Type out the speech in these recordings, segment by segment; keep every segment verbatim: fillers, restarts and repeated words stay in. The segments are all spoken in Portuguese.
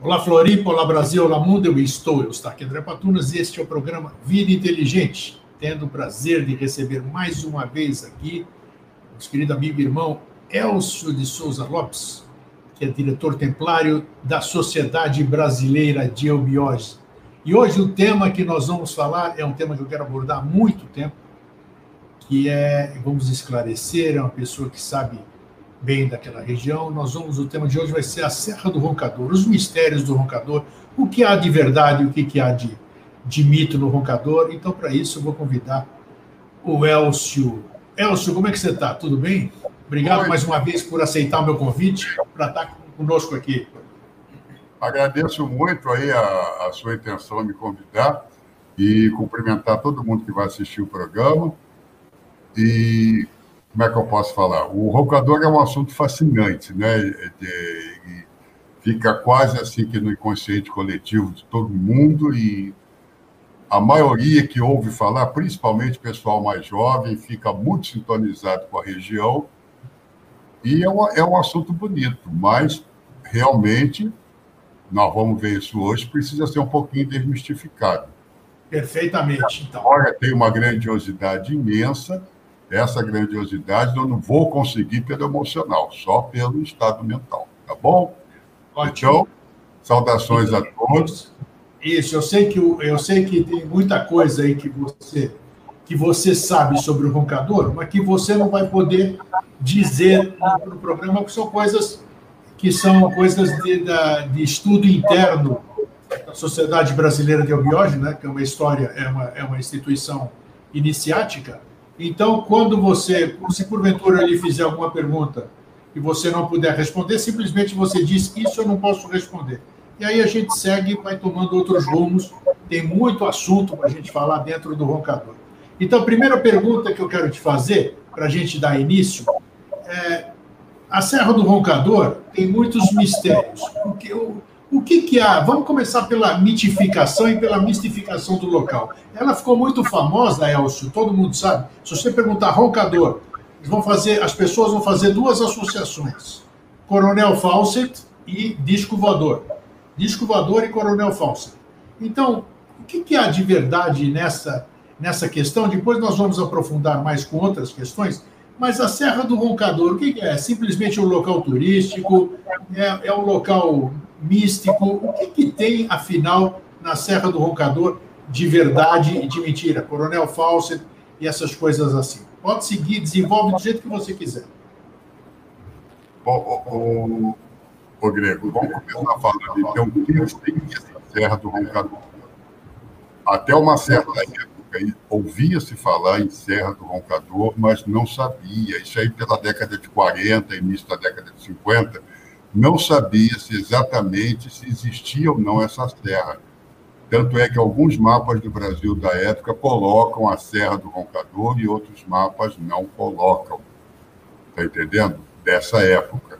Olá, Floripa, olá, Brasil, olá, mundo, eu estou, eu estou aqui, André Patunas, e este é o programa Vida Inteligente, tendo o prazer de receber mais uma vez aqui nosso querido amigo e irmão Elcio de Souza Lopes, que é diretor templário da Sociedade Brasileira de Eubiose. E hoje o tema que nós vamos falar é um tema que eu quero abordar há muito tempo, que é, vamos esclarecer, é uma pessoa que sabe bem daquela região. Nós vamos, o tema de hoje vai ser a Serra do Roncador, os mistérios do Roncador, o que há de verdade, o que há de, de mito no Roncador. Então, para isso, eu vou convidar o Elcio. Elcio, como é que você está? Tudo bem? Obrigado Oi. mais uma vez por aceitar o meu convite para estar conosco aqui. Agradeço muito aí a, a sua intenção de me convidar e cumprimentar todo mundo que vai assistir o programa. E como é que eu posso falar? O roncador é um assunto fascinante, né? E fica quase assim que no inconsciente coletivo de todo mundo, e a maioria que ouve falar, principalmente o pessoal mais jovem, fica muito sintonizado com a região, e é um, é um assunto bonito, mas realmente, nós vamos ver isso hoje, precisa ser um pouquinho desmistificado. Perfeitamente, então. Agora tem uma grandiosidade imensa. Essa grandiosidade eu não vou conseguir pelo emocional, só pelo estado mental, tá bom? Ótimo. Então, saudações a todos. Isso, eu sei que, eu sei que tem muita coisa aí que você, que você sabe sobre o roncador, mas que você não vai poder dizer no, no programa, porque são coisas que são coisas de, de estudo interno da Sociedade Brasileira de Eubiose, né, que é uma história, é uma, é uma instituição iniciática. Então, quando você, se porventura ele fizer alguma pergunta e você não puder responder, simplesmente você diz, isso eu não posso responder. E aí a gente segue e vai tomando outros rumos. Tem muito assunto para a gente falar dentro do roncador. Então, a primeira pergunta que eu quero te fazer, para a gente dar início, é, a Serra do Roncador tem muitos mistérios. Porque o, o que, que há? Vamos começar pela mitificação e pela mistificação do local. Ela ficou muito famosa, Elcio, todo mundo sabe. Se você perguntar roncador, eles vão fazer, as pessoas vão fazer duas associações: Coronel Fawcett e Disco Voador. Disco Voador e Coronel Fawcett. Então, o que, que há de verdade nessa, nessa questão? Depois nós vamos aprofundar mais com outras questões. Mas a Serra do Roncador, o que, que é? Simplesmente um local turístico? É, é um local místico? O que, que tem, afinal, na Serra do Roncador de verdade e de mentira? Coronel Fawcett e essas coisas assim. Pode seguir, desenvolve do jeito que você quiser. Bom, o, o, o Grego, vamos começar falando então o que tem essa Serra do Roncador. Até uma certa época, ouvia-se falar em Serra do Roncador, mas não sabia. Isso aí pela década de quarenta, início da década de cinquenta, não sabia-se exatamente se existia ou não essa serra. Tanto é que alguns mapas do Brasil da época colocam a Serra do Roncador e outros mapas não colocam. Está entendendo? Dessa época.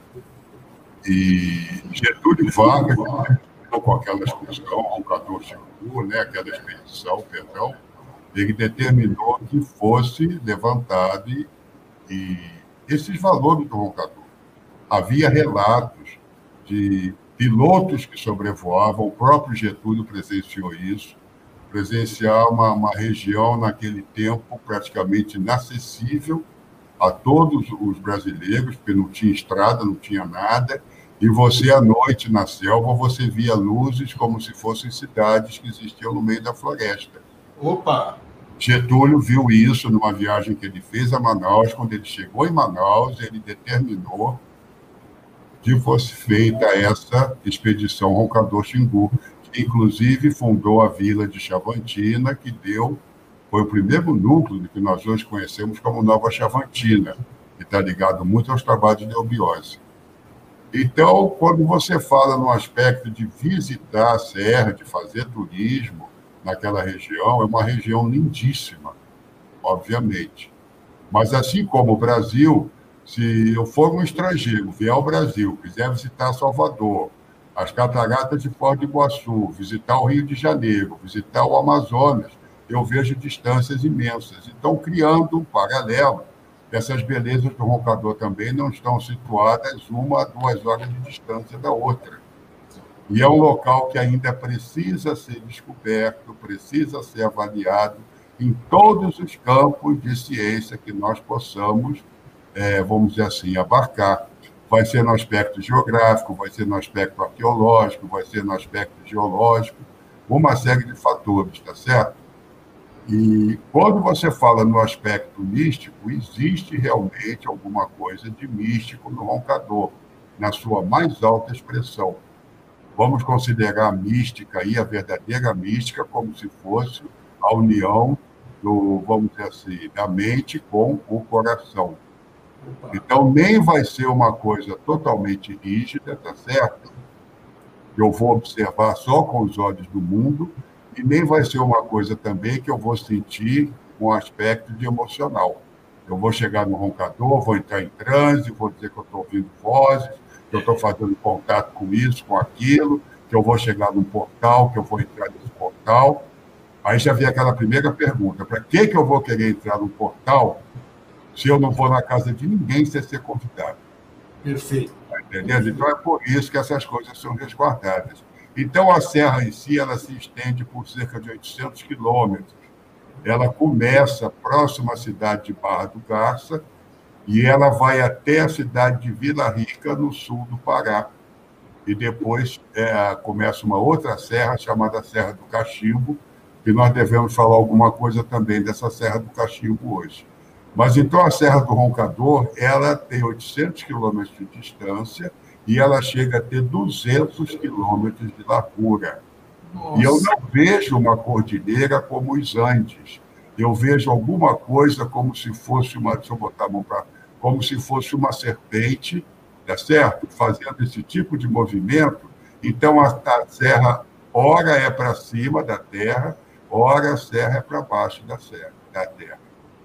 E Getúlio Vargas, com aquela expressão, Roncador Xingu, né? Aquela expedição, perdão, ele determinou que fosse levantado e, e esses valores do roncador. Havia relatos de pilotos que sobrevoavam, o próprio Getúlio presenciou isso, presenciar uma, uma região naquele tempo praticamente inacessível a todos os brasileiros, porque não tinha estrada, não tinha nada, e você à noite na selva, você via luzes como se fossem cidades que existiam no meio da floresta. Opa! Getúlio viu isso numa viagem que ele fez a Manaus. Quando ele chegou em Manaus, ele determinou que fosse feita essa expedição Roncador Xingu, que inclusive fundou a vila de Chavantina, que deu, foi o primeiro núcleo que nós hoje conhecemos como Nova Chavantina, que está ligado muito aos trabalhos de eubiose. Então, quando você fala no aspecto de visitar a serra, de fazer turismo naquela região, é uma região lindíssima, obviamente. Mas, assim como o Brasil, se eu for um estrangeiro, vier ao Brasil, quiser visitar Salvador, as cataratas de Foz do Iguaçu, visitar o Rio de Janeiro, visitar o Amazonas, eu vejo distâncias imensas. Então, criando um paralelo, essas belezas do roncador também não estão situadas uma a duas horas de distância da outra. E é um local que ainda precisa ser descoberto, precisa ser avaliado em todos os campos de ciência que nós possamos, é, vamos dizer assim, abarcar. Vai ser no aspecto geográfico, vai ser no aspecto arqueológico, vai ser no aspecto geológico, uma série de fatores, tá certo? E quando você fala no aspecto místico, existe realmente alguma coisa de místico no roncador, na sua mais alta expressão. Vamos considerar a mística aí, a verdadeira mística, como se fosse a união do, vamos dizer assim, da mente com o coração. Então, nem vai ser uma coisa totalmente rígida, tá certo? Eu vou observar só com os olhos do mundo, e nem vai ser uma coisa também que eu vou sentir um aspecto de emocional. Eu vou chegar no roncador, vou entrar em transe, vou dizer que eu estou ouvindo vozes, que eu estou fazendo contato com isso, com aquilo, que eu vou chegar num portal, que eu vou entrar nesse portal. Aí já vem aquela primeira pergunta: para que, que eu vou querer entrar num portal se eu não vou na casa de ninguém sem ser convidado? Perfeito. Tá entendendo? Então é por isso que essas coisas são resguardadas. Então a serra em si, ela se estende por cerca de oitocentos quilômetros. Ela começa próxima à cidade de Barra do Garça e ela vai até a cidade de Vila Rica, no sul do Pará. E depois é, começa uma outra serra, chamada Serra do Cachimbo, que nós devemos falar alguma coisa também dessa Serra do Cachimbo hoje. Mas então a Serra do Roncador, ela tem oitocentos quilômetros de distância e ela chega a ter duzentos quilômetros de largura. Nossa. E eu não vejo uma cordilheira como os Andes. Eu vejo alguma coisa como se fosse uma... Deixa eu botar a mão para... Como se fosse uma serpente, tá certo? Fazendo esse tipo de movimento. Então, a, a serra, ora é para cima da terra, ora a serra é para baixo da, serra, da terra.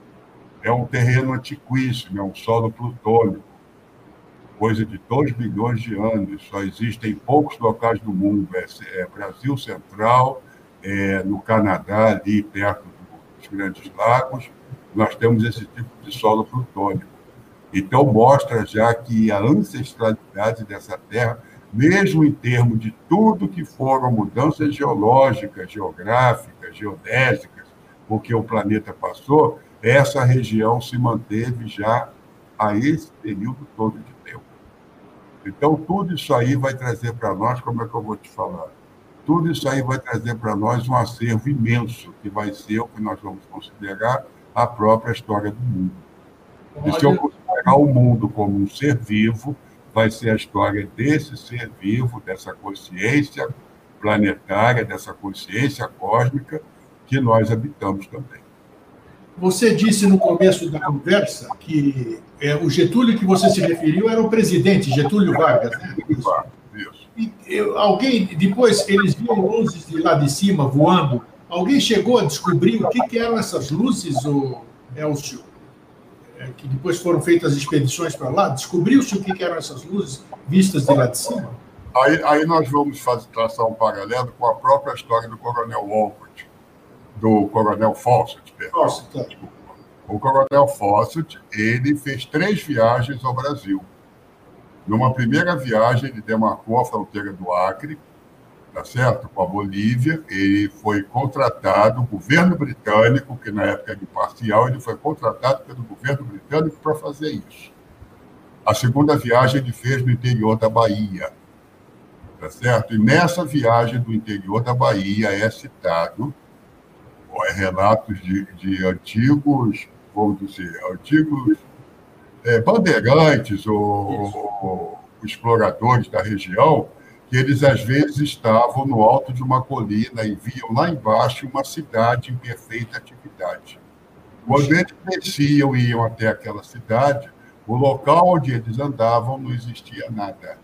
É um terreno antiquíssimo, é um solo plutônico, coisa de dois bilhões de anos. Só existem poucos locais do mundo. É, é Brasil Central, é, no Canadá, ali perto dos Grandes Lagos, nós temos esse tipo de solo plutônico. Então, mostra já que a ancestralidade dessa terra, mesmo em termos de tudo que foram mudanças geológicas, geográficas, geodésicas, porque o planeta passou, essa região se manteve já a esse período todo de tempo. Então, tudo isso aí vai trazer para nós, como é que eu vou te falar? Tudo isso aí vai trazer para nós um acervo imenso, que vai ser o que nós vamos considerar a própria história do mundo. E se eu considerar o mundo como um ser vivo, vai ser a história desse ser vivo, dessa consciência planetária, dessa consciência cósmica que nós habitamos também. Você disse no começo da conversa que é, o Getúlio que você se referiu era o presidente, Getúlio Vargas, né? Isso. Isso. E, eu, alguém, depois, eles viam luzes de lá de cima voando. Alguém chegou a descobrir o que, que eram essas luzes, o Elcio? É, que depois foram feitas expedições para lá? Descobriu-se o que, que eram essas luzes vistas de lá de cima? Aí, aí nós vamos fazer, traçar um paralelo com a própria história do Coronel Walcott, do Coronel Fawcett, perdão. Fawcett, é. O Coronel Fawcett, ele fez três viagens ao Brasil. Numa primeira viagem, ele demarcou a fronteira do Acre, tá certo? Com a Bolívia. Ele foi contratado, o governo britânico, que na época era imparcial, ele foi contratado pelo governo britânico para fazer isso. A segunda viagem ele fez no interior da Bahia, tá certo? E nessa viagem do interior da Bahia é citado é, relatos de, de antigos, vamos dizer, antigos é, bandeirantes ou, ou exploradores da região, que eles, às vezes, estavam no alto de uma colina e viam lá embaixo uma cidade em perfeita atividade. Quando eles desciam e iam até aquela cidade, o local onde eles andavam não existia nada.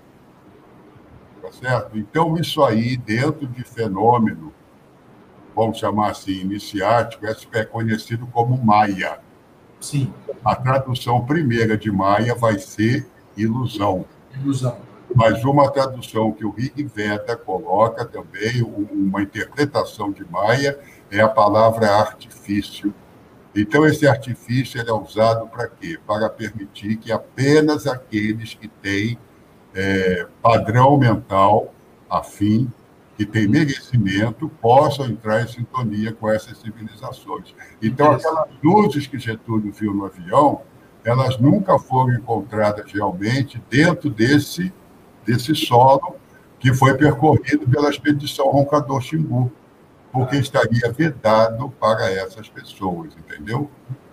Tá certo? Então, isso aí, dentro de fenômeno, vamos chamar assim, iniciático, é conhecido como Maia. Sim. A tradução primeira de Maia vai ser ilusão. Ilusão. Mas uma tradução que o Rig Veda coloca também, uma interpretação de Maia, é a palavra artifício. Então, esse artifício ele é usado para quê? Para permitir que apenas aqueles que têm é, padrão mental afim, que têm merecimento, possam entrar em sintonia com essas civilizações. Então, aquelas luzes que Getúlio viu no avião, elas nunca foram encontradas realmente dentro desse, desse solo que foi percorrido pela expedição Roncador-Xingu, porque estaria vedado para essas pessoas, entendeu?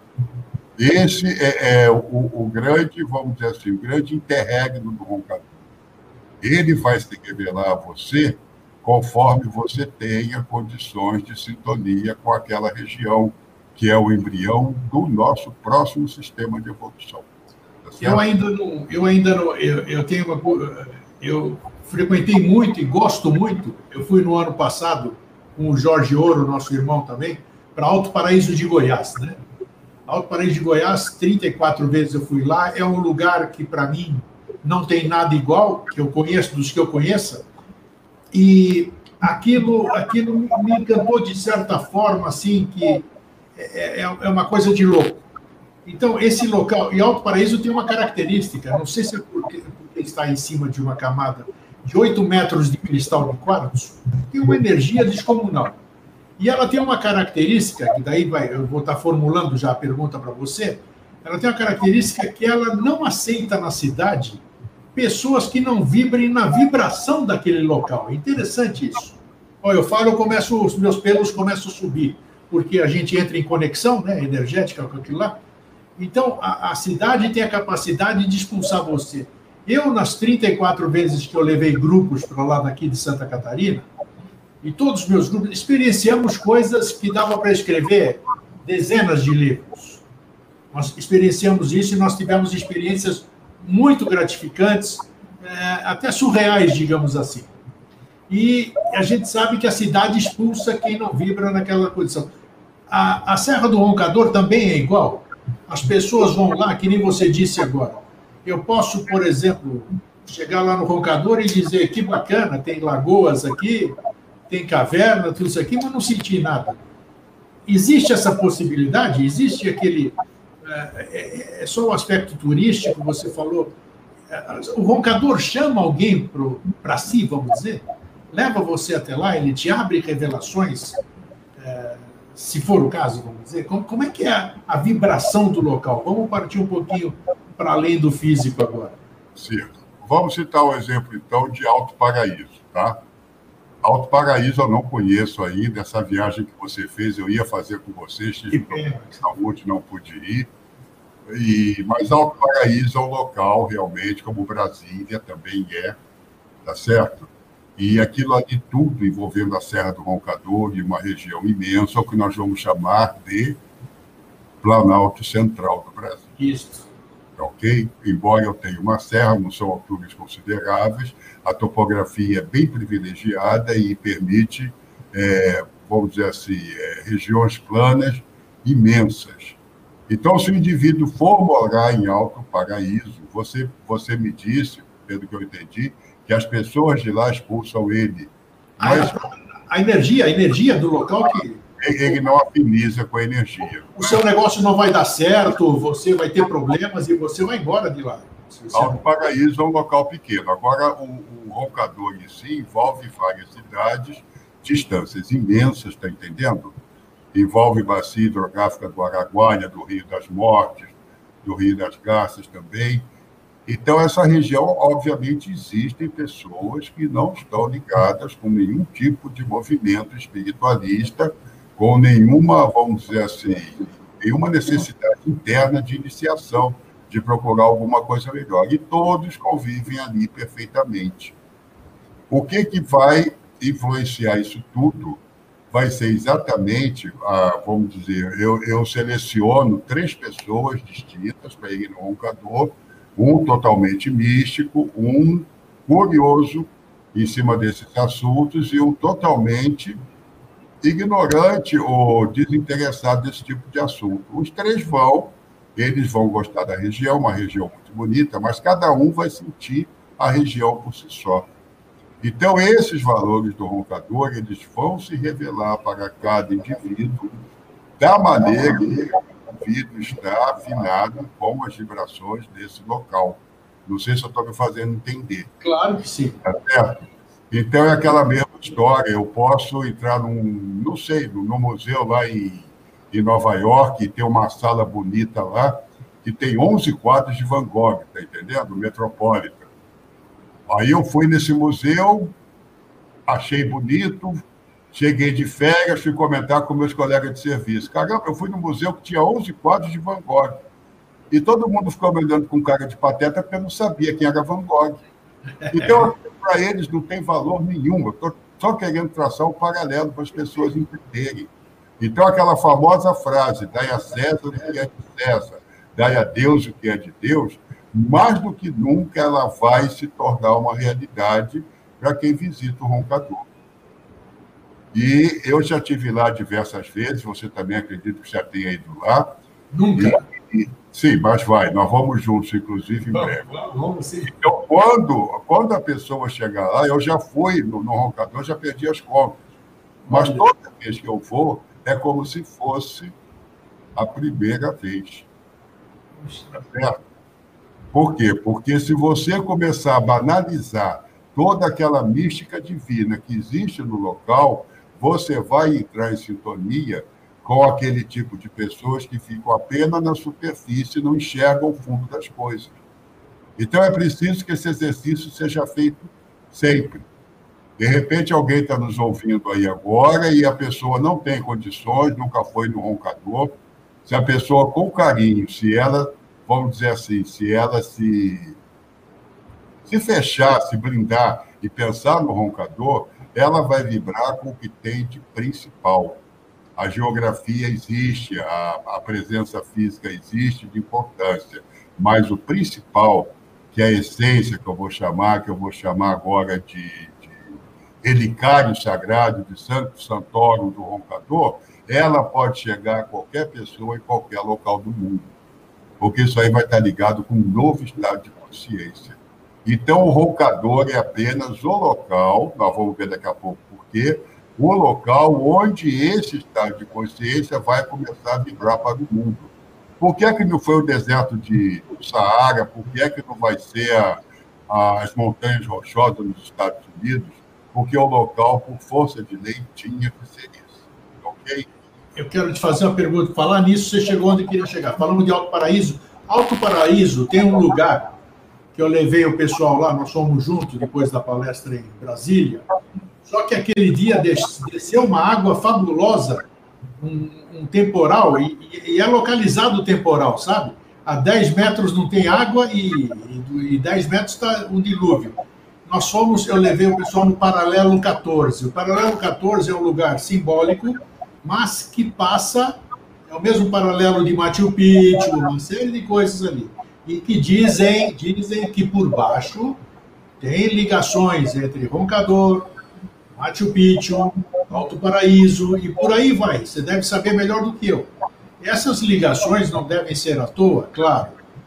Esse é, é o, o grande, vamos dizer assim, o grande interregno do Roncador. Ele vai se revelar a você conforme você tenha condições de sintonia com aquela região, que é o embrião do nosso próximo sistema de evolução. Tá, eu ainda não, eu ainda não, eu, eu tenho uma, eu frequentei muito e gosto muito. Eu fui no ano passado com o Jorge Ouro, nosso irmão também, para Alto Paraíso de Goiás, né? Alto Paraíso de Goiás, trinta e quatro vezes eu fui lá. É um lugar que para mim não tem nada igual, que eu conheço dos que eu conheça. E aquilo, aquilo me encantou de certa forma, assim, que é, é, é uma coisa de louco. Então, esse local, e Alto Paraíso tem uma característica, não sei se é porque, porque está em cima de uma camada de oito metros de cristal de quartzo, tem uma energia descomunal. E ela tem uma característica, que daí vai, eu vou estar formulando já a pergunta para você, ela tem uma característica que ela não aceita na cidade pessoas que não vibrem na vibração daquele local. É interessante isso. Olha, eu falo, eu começo, os meus pelos começam a subir, porque a gente entra em conexão, né, energética com aquilo lá. Então, a, a cidade tem a capacidade de expulsar você. Eu, nas trinta e quatro vezes que eu levei grupos para lá daqui de Santa Catarina, e todos os meus grupos, experienciamos coisas que dava para escrever dezenas de livros. Nós experienciamos isso e nós tivemos experiências muito gratificantes, até surreais, digamos assim. E a gente sabe que a cidade expulsa quem não vibra naquela condição. A, a Serra do Roncador também é igual. As pessoas vão lá, que nem você disse agora. Eu posso, por exemplo, chegar lá no Roncador e dizer que bacana, tem lagoas aqui, tem caverna, tudo isso aqui, mas não senti nada. Existe essa possibilidade? Existe aquele... É, é só o aspecto turístico, você falou. O Roncador chama alguém para si, vamos dizer? Leva você até lá, ele te abre revelações, é, se for o caso, vamos dizer. Como, como é que é a, a vibração do local? Vamos partir um pouquinho para além do físico agora. Certo. Vamos citar o exemplo, então, de Alto Paraíso, tá? Alto Paraíso eu não conheço ainda, essa viagem que você fez eu ia fazer com você, tive problema de saúde, não pude ir, e, mas Alto Paraíso é um local realmente, como Brasília também é, tá certo? E aquilo ali tudo envolvendo a Serra do Roncador e uma região imensa, o que nós vamos chamar de Planalto Central do Brasil. Isso. Ok? Embora eu tenha uma serra, não são alturas consideráveis, a topografia é bem privilegiada e permite, é, vamos dizer assim, é, regiões planas imensas. Então, se o indivíduo for morar em Alto Paraíso, você, você me disse, pelo que eu entendi, que as pessoas de lá expulsam ele. Mas a, a energia, a energia do local que... Ele não afiniza com a energia. O seu negócio não vai dar certo, você vai ter problemas e você vai embora de lá. Alto Paraíso é um local pequeno. Agora, o, o Roncador em si envolve várias cidades, distâncias imensas, está entendendo? Envolve bacia hidrográfica do Araguaia, do Rio das Mortes, do Rio das Garças também. Então, essa região, obviamente, existem pessoas que não estão ligadas com nenhum tipo de movimento espiritualista, com nenhuma, vamos dizer assim, nenhuma necessidade interna de iniciação, de procurar alguma coisa melhor. E todos convivem ali perfeitamente. O que, que vai influenciar isso tudo vai ser exatamente, a, vamos dizer, eu, eu seleciono três pessoas distintas para ir no Roncador, um totalmente místico, um curioso em cima desses assuntos e um totalmente ignorante ou desinteressado desse tipo de assunto. Os três vão, eles vão gostar da região, uma região muito bonita, mas cada um vai sentir a região por si só. Então, esses valores do Roncador, eles vão se revelar para cada indivíduo da maneira que o indivíduo está afinado com as vibrações desse local. Não sei se eu estou me fazendo entender. Claro que sim. Tá certo? Então, é aquela mesma história. Eu posso entrar num, não sei, no museu lá em, em Nova York e ter uma sala bonita lá, que tem onze quadros de Van Gogh, tá entendendo? Metropolitan. Aí eu fui nesse museu, achei bonito, cheguei de férias, fui comentar com meus colegas de serviço. Caramba, eu fui no museu que tinha onze quadros de Van Gogh. E todo mundo ficou me olhando com cara de pateta porque eu não sabia quem era Van Gogh. Então, para eles não tem valor nenhum. Eu estou só querendo traçar um paralelo para as pessoas entenderem. Então, aquela famosa frase, dai a César o que é de César, dai a Deus o que é de Deus, mais do que nunca ela vai se tornar uma realidade para quem visita o Roncador. E eu já estive lá diversas vezes, você também acredito que já tenha ido lá. Nunca. E, e, sim, mas vai, nós vamos juntos, inclusive, em vamos, breve. Vamos, sim. Então, quando, quando a pessoa chegar lá, eu já fui no, no Roncador, já perdi as contas. Mas Olha. Toda vez que eu vou, é como se fosse a primeira vez. Tá certo? Por quê? Porque se você começar a banalizar toda aquela mística divina que existe no local, você vai entrar em sintonia com aquele tipo de pessoas que ficam apenas na superfície e não enxergam o fundo das coisas. Então, é preciso que esse exercício seja feito sempre. De repente, alguém está nos ouvindo aí agora e a pessoa não tem condições, nunca foi no Roncador. Se a pessoa, com carinho, se ela, vamos dizer assim, se ela se, se fechar, se blindar e pensar no Roncador, ela vai vibrar com o que tem de principal. A geografia existe, a, a presença física existe de importância, mas o principal, que é a essência que eu vou chamar, que eu vou chamar agora de, de relicário sagrado, de Santo Santório do Roncador, ela pode chegar a qualquer pessoa em qualquer local do mundo, porque isso aí vai estar ligado com um novo estado de consciência. Então, o Roncador é apenas o local, nós vamos ver daqui a pouco por quê, o local onde esse estado de consciência vai começar a vibrar para o mundo. Por que é que não foi o deserto de Saara? Por que é que não vai ser a, a, as montanhas rochosas nos Estados Unidos? Porque o local, por força de lei, tinha que ser isso. Ok? Eu quero te fazer uma pergunta. Falar nisso, você chegou onde queria chegar. Falamos de Alto Paraíso. Alto Paraíso tem um lugar que eu levei o pessoal lá, nós fomos juntos depois da palestra em Brasília. Só que aquele dia desceu uma água fabulosa, um, um temporal, e, e é localizado o temporal, sabe? A dez metros não tem água e, e, e dez metros está um dilúvio. Nós fomos, eu levei o pessoal no Paralelo quatorze. O Paralelo quatorze é um lugar simbólico, mas que passa, é o mesmo paralelo de Machu Picchu, uma série de coisas ali. E que dizem, dizem que por baixo tem ligações entre Roncador, Machu Picchu, Alto Paraíso e por aí vai. Você deve saber melhor do que eu. Essas ligações não devem ser à toa, claro.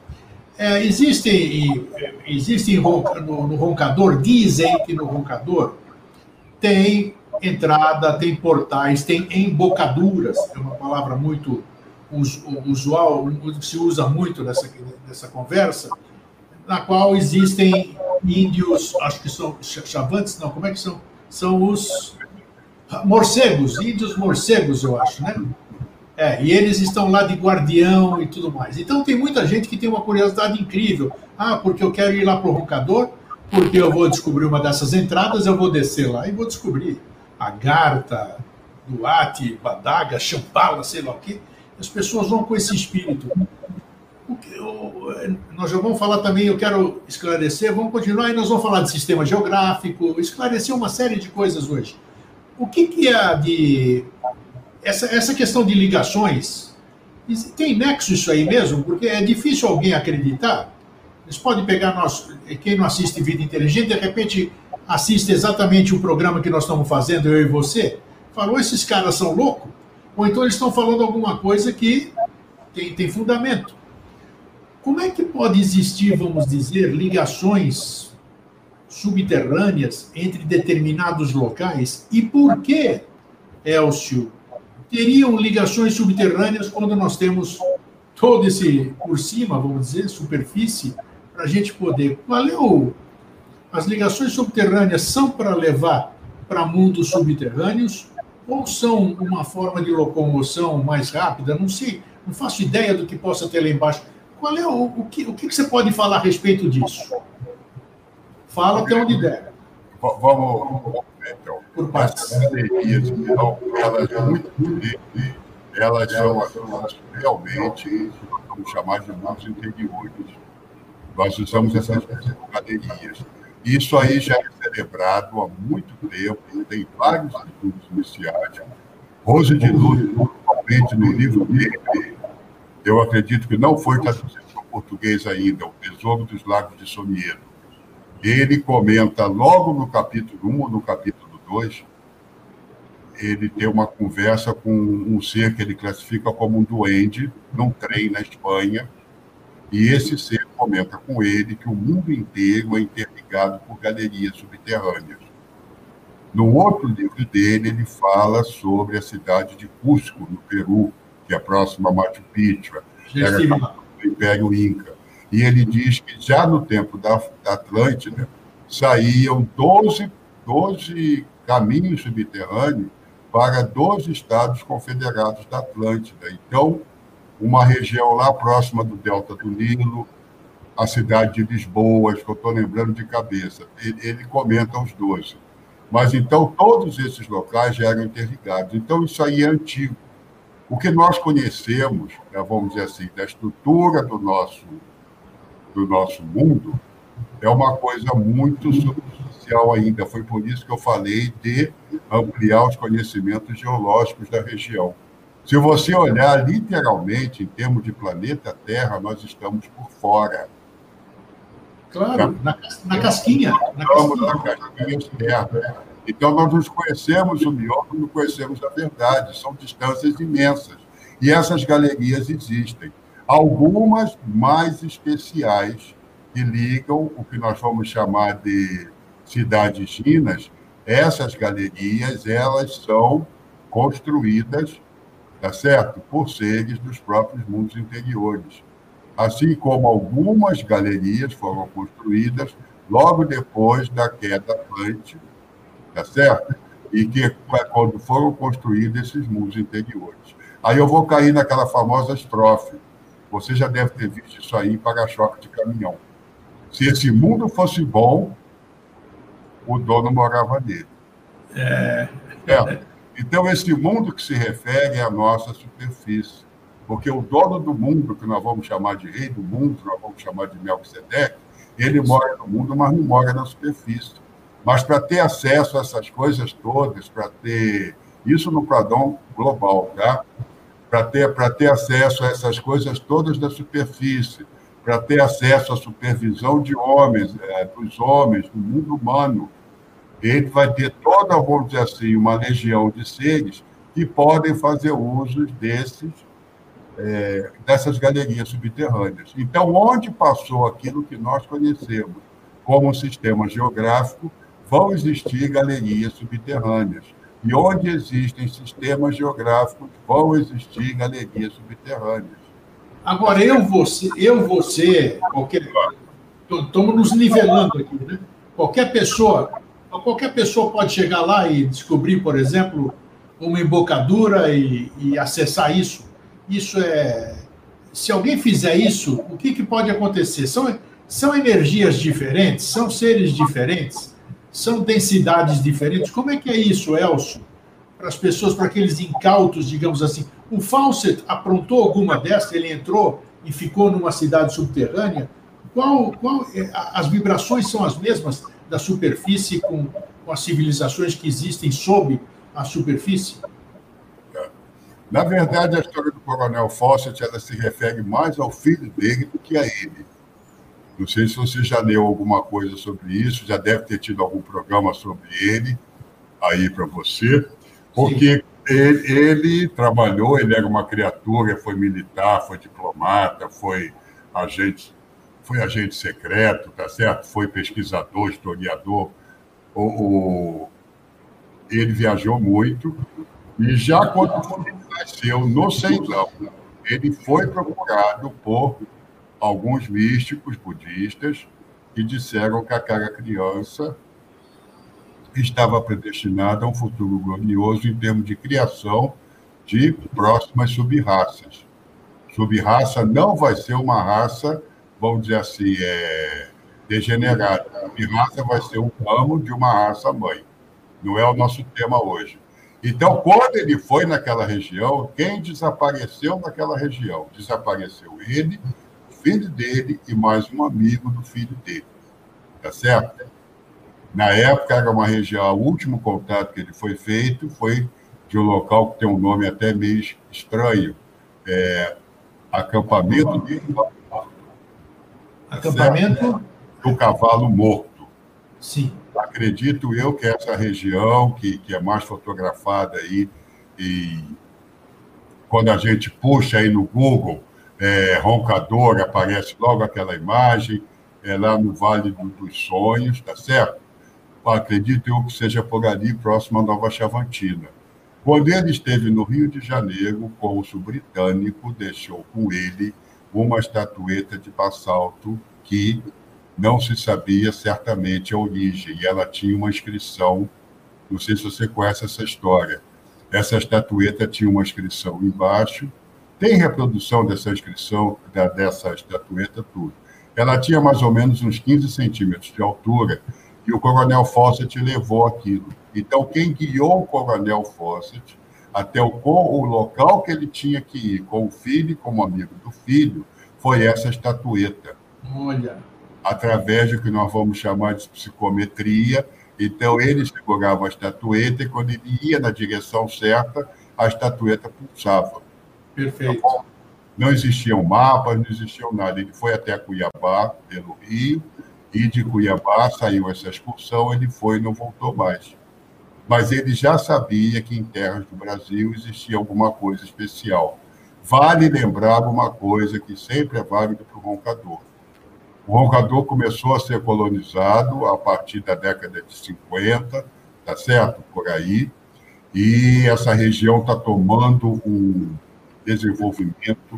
É, existem, existem no, no Roncador, dizem que no Roncador tem entrada, tem portais, tem embocaduras, é uma palavra muito usual, que se usa muito nessa, nessa conversa, na qual existem índios, acho que são chavantes, não, como é que são? São os morcegos, índios morcegos, eu acho, né? É, e eles estão lá de guardião e tudo mais. Então tem muita gente que tem uma curiosidade incrível. Ah, porque eu quero ir lá para o Roncador, porque eu vou descobrir uma dessas entradas, eu vou descer lá e vou descobrir a Garta, Duarte, Badaga, Champala, sei lá o quê. As pessoas vão com esse espírito. O que eu, nós já vamos falar também, eu quero esclarecer, vamos continuar e nós vamos falar de sistema geográfico, esclarecer uma série de coisas hoje. O que, que é de... Essa, essa questão de ligações, tem nexo isso aí mesmo? Porque é difícil alguém acreditar. Eles podem pegar nós, quem não assiste Vida Inteligente, de repente assiste exatamente o programa que nós estamos fazendo, eu e você, falou, esses caras são loucos? Ou então eles estão falando alguma coisa que tem, tem fundamento. Como é que pode existir, vamos dizer, ligações subterrâneas entre determinados locais? E por que, Elcio, teriam ligações subterrâneas quando nós temos todo esse, por cima, vamos dizer, superfície, para a gente poder... Qual é o... as ligações subterrâneas são para levar para mundos subterrâneos ou são uma forma de locomoção mais rápida? Não sei, não faço ideia do que possa ter lá embaixo. Qual é o, o, que, o que você pode falar a respeito disso? Fala até onde der. Vamos, vamos ver, então. Por partes. Essas galerias, então, elas, muito, elas são realmente, vamos chamar de mundos interiores. Nós usamos essas galerias. Isso aí já é celebrado há muito tempo, tem vários estudos iniciáticos. Rose de Luz, principalmente no livro dele, eu acredito que não foi traduzido para o português ainda, O Tesouro dos Lagos de Somiedo. Ele comenta logo no capítulo um ou no capítulo dois, ele tem uma conversa com um ser que ele classifica como um duende, num trem na Espanha, e esse ser comenta com ele que o mundo inteiro é interligado por galerias subterrâneas. No outro livro dele, ele fala sobre a cidade de Cusco, no Peru, que é próxima a Machu Picchu, era do Império Inca. E ele diz que já no tempo da Atlântida saíam doze, doze caminhos subterrâneos para doze estados confederados da Atlântida. Então, uma região lá próxima do Delta do Nilo, a cidade de Lisboa, que eu estou lembrando de cabeça, ele, ele comenta os doze. Mas, então, todos esses locais já eram interligados. Então, isso aí é antigo. O que nós conhecemos, né, vamos dizer assim, da estrutura do nosso, do nosso mundo, é uma coisa muito superficial ainda. Foi por isso que eu falei de ampliar os conhecimentos geológicos da região. Se você olhar literalmente, em termos de planeta Terra, nós estamos por fora. Claro, na, na casquinha. Na estamos casquinha. na casquinha externa. Então, nós nos conhecemos o miolo, não conhecemos a verdade. São distâncias imensas. E essas galerias existem. Algumas mais especiais, que ligam o que nós vamos chamar de cidades-ginas. Essas galerias, elas são construídas, tá certo? Por seres dos próprios mundos interiores. Assim como algumas galerias foram construídas logo depois da queda atlântica, tá certo? E que, quando foram construídos esses mundos interiores. Aí eu vou cair naquela famosa estrofe. Você já deve ter visto isso aí em para-choque de caminhão. Se esse mundo fosse bom, o dono morava nele. É... É. Então, esse mundo que se refere é a nossa superfície. Porque o dono do mundo, que nós vamos chamar de rei do mundo, nós vamos chamar de Melquisedeque, ele mora no mundo, mas não mora na superfície. Mas para ter acesso a essas coisas todas, para ter... Isso no padrão global, tá? Para ter, para ter acesso a essas coisas todas da superfície, para ter acesso à supervisão de homens, é, dos homens, do mundo humano, ele vai ter toda, vamos dizer assim, uma legião de seres que podem fazer uso desses, é, dessas galerias subterrâneas. Então, onde passou aquilo que nós conhecemos como um sistema geográfico, vão existir galerias subterrâneas. E onde existem sistemas geográficos, vão existir galerias subterrâneas. Agora, eu, você, eu, você, qualquer... Estamos nos nivelando aqui, né? Qualquer pessoa, qualquer pessoa pode chegar lá e descobrir, por exemplo, uma embocadura e, e acessar isso. Isso é... Se alguém fizer isso, o que, que pode acontecer? São, são energias diferentes? São seres diferentes? São densidades diferentes? Como é que é isso, Elcio? Para as pessoas, para aqueles incautos, digamos assim. O Fawcett aprontou alguma dessas? Ele entrou e ficou numa cidade subterrânea? Qual, qual, as vibrações são as mesmas da superfície com, com as civilizações que existem sob a superfície? Na verdade, a história do Coronel Fawcett, ela se refere mais ao filho dele do que a ele. Não sei se você já leu alguma coisa sobre isso, já deve ter tido algum programa sobre ele aí para você, porque ele, ele trabalhou, ele era uma criatura, foi militar, foi diplomata, foi agente, foi agente secreto, tá certo? Foi pesquisador, historiador. O, o, ele viajou muito e já quando ele nasceu no Ceilão, ele foi procurado por alguns místicos budistas e disseram que aquela criança estava predestinada a um futuro glorioso em termos de criação de próximas sub-raças. Sub-raça não vai ser uma raça, vamos dizer assim, é, degenerada. Sub-raça vai ser um ramo de uma raça-mãe. Não é o nosso tema hoje. Então, quando ele foi naquela região, quem desapareceu naquela região? Desapareceu ele, o filho dele e mais um amigo do filho dele. Tá certo? Na época, era uma região, o último contato que ele foi feito foi de um local que tem um nome até meio estranho, é, acampamento de... Acampamento? Do Cavalo Morto. Sim. Acredito eu que essa região, que, que é mais fotografada aí, e quando a gente puxa aí no Google, é, Roncador, aparece logo aquela imagem, é lá no Vale do, dos Sonhos, tá certo? Acredito eu que seja por ali, próximo a Nova Chavantina. Quando ele esteve no Rio de Janeiro, o cônsul britânico deixou com ele uma estatueta de basalto que não se sabia certamente a origem, e ela tinha uma inscrição, não sei se você conhece essa história, essa estatueta tinha uma inscrição embaixo, tem reprodução dessa inscrição, da, dessa estatueta, tudo. Ela tinha mais ou menos uns quinze centímetros de altura, e o coronel Fawcett levou aquilo. Então, quem guiou o coronel Fawcett até o, o local que ele tinha que ir, com o filho e como amigo do filho, foi essa estatueta. Olha. Através do que nós vamos chamar de psicometria. Então, ele segurava a estatueta e, quando ele ia na direção certa, a estatueta pulsava. Perfeito. Então, não existiam mapas, não existiam nada. Ele foi até Cuiabá, pelo Rio, e de Cuiabá saiu essa excursão, ele foi e não voltou mais. Mas ele já sabia que em terras do Brasil existia alguma coisa especial. Vale lembrar uma coisa que sempre é válida para o Roncador. O Roncador começou a ser colonizado a partir da década de cinquenta, tá certo? Por aí. E essa região está tomando um desenvolvimento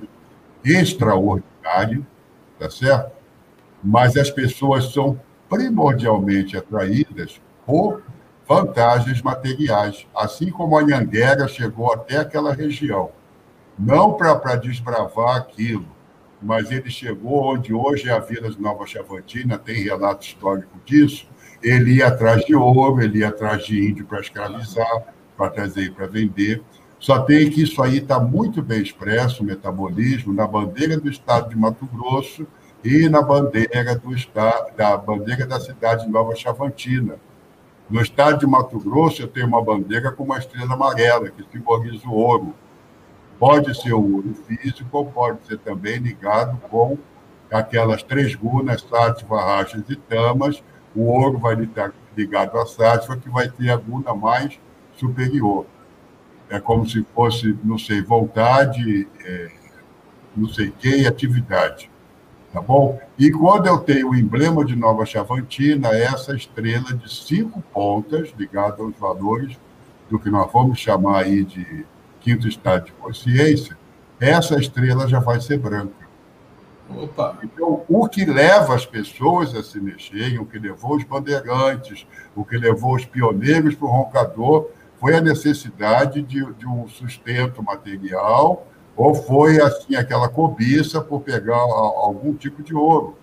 extraordinário, tá certo? Mas as pessoas são primordialmente atraídas por vantagens materiais, assim como a Anhanguera chegou até aquela região. Não para desbravar aquilo, mas ele chegou onde hoje é a Vila de Nova Chavantina, tem relato histórico disso, ele ia atrás de ouro, ele ia atrás de índio para escravizar, para trazer para vender. Só tem que isso aí está muito bem expresso, o metabolismo, na bandeira do estado de Mato Grosso e na bandeira, do estado, da, bandeira da cidade de Nova Chavantina. No estado de Mato Grosso, eu tenho uma bandeira com uma estrela amarela, que simboliza o ouro. Pode ser o ouro físico, ou pode ser também ligado com aquelas três gunas, sátiva, rachas e tamas. O ouro vai estar ligado à sátiva, que vai ter a guna mais superior. É como se fosse, não sei, vontade, é, não sei o que, e atividade. Tá bom? E quando eu tenho o emblema de Nova Chavantina, essa estrela de cinco pontas, ligada aos valores do que nós vamos chamar aí de quinto estado de consciência, essa estrela já vai ser branca. Opa. Então, o que leva as pessoas a se mexerem, o que levou os bandeirantes, o que levou os pioneiros para o Roncador, foi a necessidade de, de um sustento material, ou foi assim aquela cobiça por pegar algum tipo de ouro.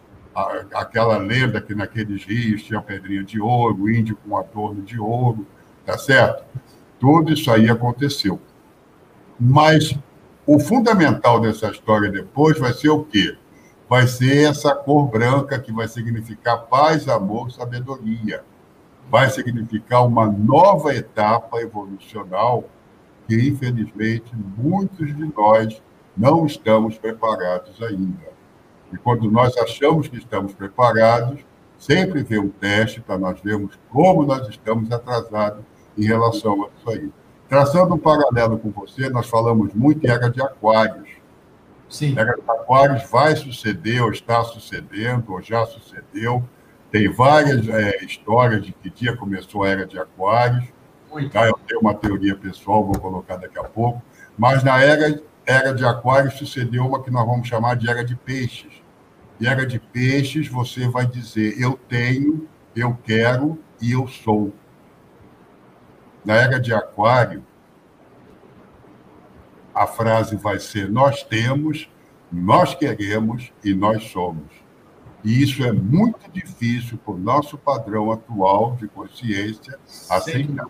Aquela lenda que naqueles rios tinha pedrinha de ouro, índio com adorno de ouro, tá certo? Tudo isso aí aconteceu. Mas o fundamental dessa história depois vai ser o quê? Vai ser essa cor branca que vai significar paz, amor, sabedoria. Vai significar uma nova etapa evolucional que, infelizmente, muitos de nós não estamos preparados ainda. E quando nós achamos que estamos preparados, sempre vem um teste para nós vermos como nós estamos atrasados em relação a isso aí. Traçando um paralelo com você, nós falamos muito em Era de Aquários. Sim. Era de Aquários vai suceder, ou está sucedendo, ou já sucedeu. Tem várias é, histórias de que dia começou a Era de Aquários. Tá? Eu tenho uma teoria pessoal, vou colocar daqui a pouco. Mas na Era, era de Aquários sucedeu uma que nós vamos chamar de Era de Peixes. E era de peixes, você vai dizer eu tenho, eu quero e eu sou. Na era de aquário, a frase vai ser nós temos, nós queremos e nós somos. E isso é muito difícil para o nosso padrão atual de consciência aceitar.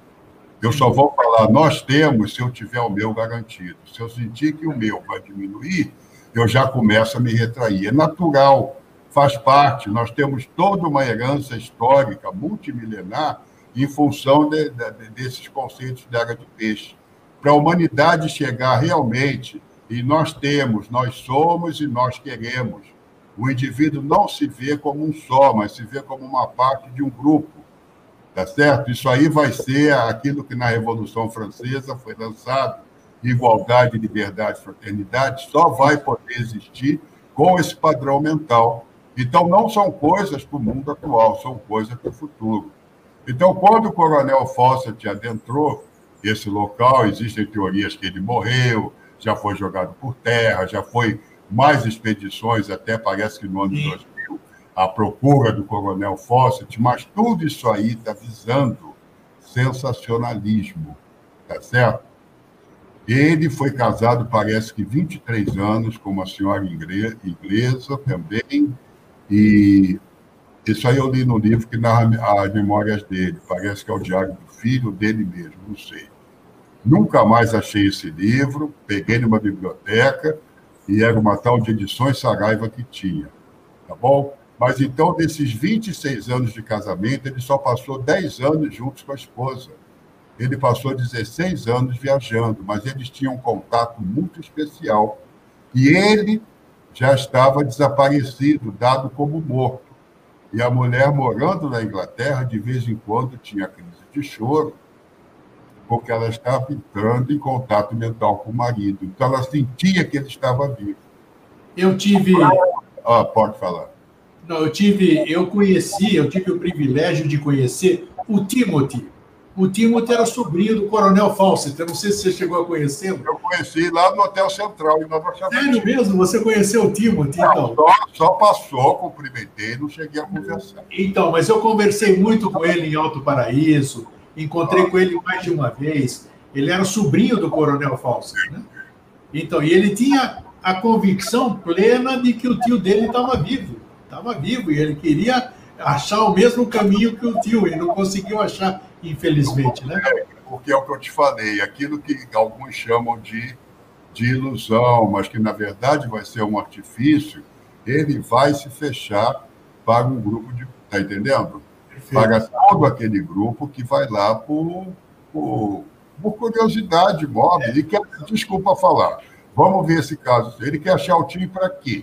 Eu só vou falar nós temos se eu tiver o meu garantido. Se eu sentir que o meu vai diminuir, eu já começo a me retrair. É natural, faz parte. Nós temos toda uma herança histórica, multimilenar, em função de, de, desses conceitos da era de peixe. Para a humanidade chegar realmente, e nós temos, nós somos e nós queremos. O indivíduo não se vê como um só, mas se vê como uma parte de um grupo. Tá certo? Isso aí vai ser aquilo que na Revolução Francesa foi lançado, igualdade, liberdade, fraternidade, só vai poder existir com esse padrão mental. Então, não são coisas para o mundo atual, são coisas para o futuro. Então, quando o Coronel Fawcett adentrou esse local, existem teorias que ele morreu, já foi jogado por terra, já foi mais expedições, até parece que no ano de dois mil, à procura do Coronel Fawcett, mas tudo isso aí está visando sensacionalismo, tá certo? Ele foi casado, parece que vinte e três anos, com uma senhora inglesa também, e isso aí eu li no livro que narra as memórias dele, parece que é o diário do filho dele mesmo, não sei. Nunca mais achei esse livro, peguei numa biblioteca, e era uma tal de Edições Saraiva que tinha, tá bom? Mas então, desses vinte e seis anos de casamento, ele só passou dez anos juntos com a esposa. Ele passou dezesseis anos viajando, mas eles tinham um contato muito especial. E ele já estava desaparecido, dado como morto. E a mulher, morando na Inglaterra, de vez em quando tinha crise de choro, porque ela estava entrando em contato mental com o marido. Então, ela sentia que ele estava vivo. Eu tive... Ah, pode falar. Não, eu tive, eu conheci, eu tive o privilégio de conhecer o Timothy. O Timothy era sobrinho do Coronel Fawcett. Eu não sei se você chegou a conhecê-lo. Eu conheci lá no Hotel Central, em Nova Chavantina. Sério mesmo? Você conheceu o Timothy, então? Não, só, só passou, cumprimentei, não cheguei a conversar. Então, mas eu conversei muito com ele em Alto Paraíso, encontrei ah. com ele mais de uma vez. Ele era sobrinho do Coronel Fawcett, né? Então, e ele tinha a convicção plena de que o tio dele estava vivo. Estava vivo e ele queria achar o mesmo caminho que o tio, e não conseguiu achar, infelizmente, né? É, porque é o que eu te falei, aquilo que alguns chamam de, de ilusão, mas que, na verdade, vai ser um artifício, ele vai se fechar para um grupo de... Está entendendo? Perfeito. Para todo aquele grupo que vai lá por, por, por curiosidade móvel. É. E quer, desculpa falar, vamos ver esse caso. Ele quer achar o time para quê?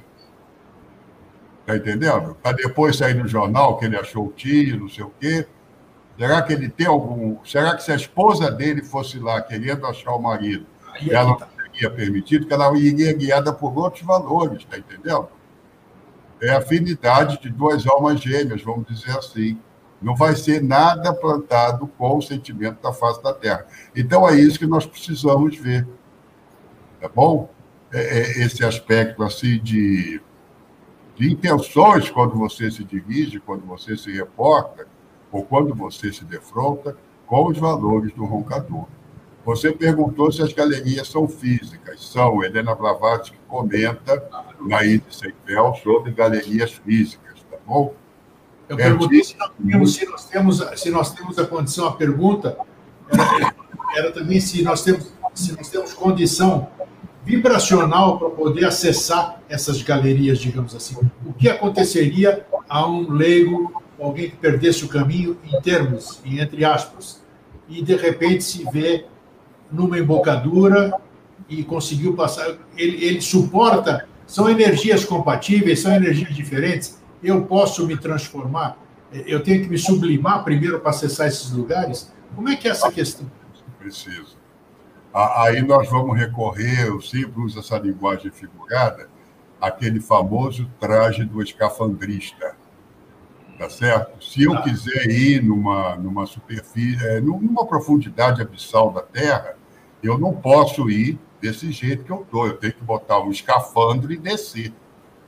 Está entendendo? Para depois sair no jornal que ele achou o tio, não sei o quê. Será que ele tem algum... Será que se a esposa dele fosse lá querendo achar o marido, aí ela não teria permitido, que ela iria guiada por outros valores, está entendendo? É a afinidade de duas almas gêmeas, vamos dizer assim. Não vai ser nada plantado com o sentimento da face da Terra. Então, é isso que nós precisamos ver. Tá bom? É, é esse aspecto assim de... de intenções quando você se dirige, quando você se reporta, ou quando você se defronta com os valores do roncador. Você perguntou se as galerias são físicas. São. Helena Blavatsky comenta na Ilha de Seipel sobre galerias físicas, tá bom? Eu perguntei se nós temos, se nós temos, se nós temos a condição, a pergunta era, era também se nós temos, se nós temos condição vibracional para poder acessar essas galerias, digamos assim. O que aconteceria a um leigo, alguém que perdesse o caminho em termos, em entre aspas, e de repente se vê numa embocadura e conseguiu passar... Ele, ele suporta... São energias compatíveis, são energias diferentes. Eu posso me transformar? Eu tenho que me sublimar primeiro para acessar esses lugares? Como é que é essa questão? Preciso. Aí nós vamos recorrer, eu sempre uso essa linguagem figurada, aquele famoso traje do escafandrista, tá certo? Se eu quiser ir numa, numa superfície, numa profundidade abissal da Terra, eu não posso ir desse jeito que eu estou, eu tenho que botar um escafandro e descer.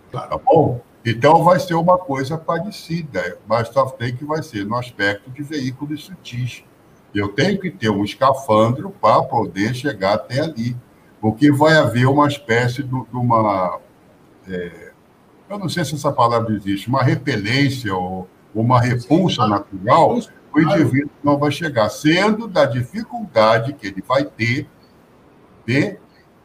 Claro. Tá bom? Então, vai ser uma coisa parecida, mas só tem que vai ser no aspecto de veículos sutis. Eu tenho que ter um escafandro para poder chegar até ali, porque vai haver uma espécie de, de uma... É, eu não sei se essa palavra existe, uma repelência ou uma repulsa Sim, natural, o indivíduo não vai chegar, sendo da dificuldade que ele vai ter de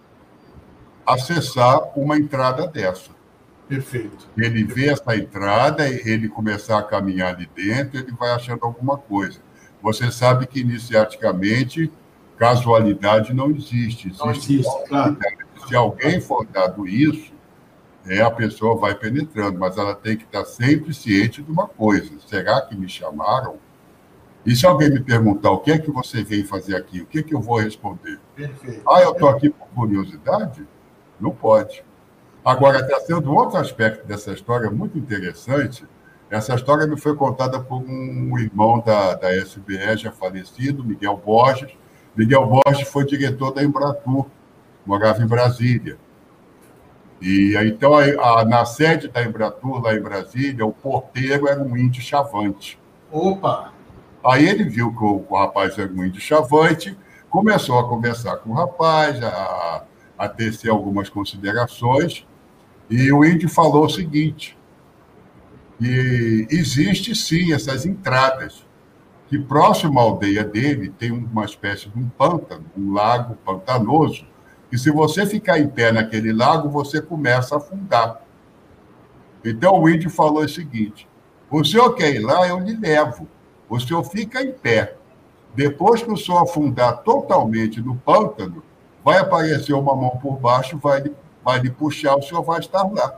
acessar uma entrada dessa. Perfeito. Ele vê essa entrada, ele começar a caminhar ali dentro, ele vai achando alguma coisa. Você sabe que, iniciaticamente, casualidade não existe. Existe, não existe, claro. Se alguém for dado isso, é, a pessoa vai penetrando, mas ela tem que estar sempre ciente de uma coisa. Será que me chamaram? E se alguém me perguntar o que é que você veio fazer aqui, o que é que eu vou responder? Perfeito. Ah, eu estou aqui por curiosidade? Não pode. Agora, está sendo outro aspecto dessa história muito interessante. Essa história me foi contada por um irmão da, da S B E, já falecido, Miguel Borges. Miguel Borges foi diretor da Embratur, morava em Brasília. E então, a, a, na sede da Embratur, lá em Brasília, o porteiro era um índio chavante. Opa! Aí ele viu que o, o rapaz era um índio chavante, começou a conversar com o rapaz, a, a tecer algumas considerações, e o índio falou o seguinte, que existe sim essas entradas, que próximo à aldeia dele tem uma espécie de um pântano, um lago pantanoso, e se você ficar em pé naquele lago, você começa a afundar. Então o índio falou o seguinte, o senhor quer ir lá, eu lhe levo. O senhor fica em pé. Depois que o senhor afundar totalmente no pântano, vai aparecer uma mão por baixo, vai, vai lhe puxar, o senhor vai estar lá.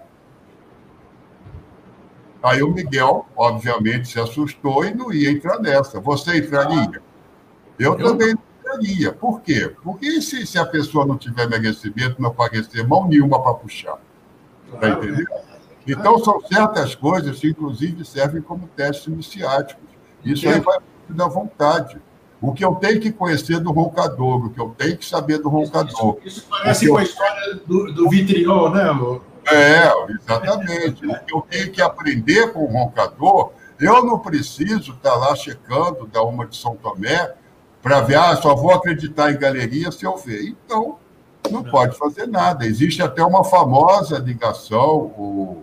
Aí o Miguel, obviamente, se assustou e não ia entrar nessa. Você entraria? Eu, eu também não entraria. Por quê? Porque se, se a pessoa não tiver merecimento, não aparecer mão nenhuma para puxar. Está entendendo? Então, são certas coisas que, inclusive, servem como testes iniciáticos. Isso aí vai da vontade. O que eu tenho que conhecer do roncador, o que eu tenho que saber do roncador. Isso, isso parece com a história do, do vitriol, né? É, exatamente. O que eu tenho que aprender com o roncador, eu não preciso estar lá checando da uma de São Tomé para ver, ah, só vou acreditar em galeria se eu ver. Então, não, não. pode fazer nada. Existe até uma famosa ligação, o,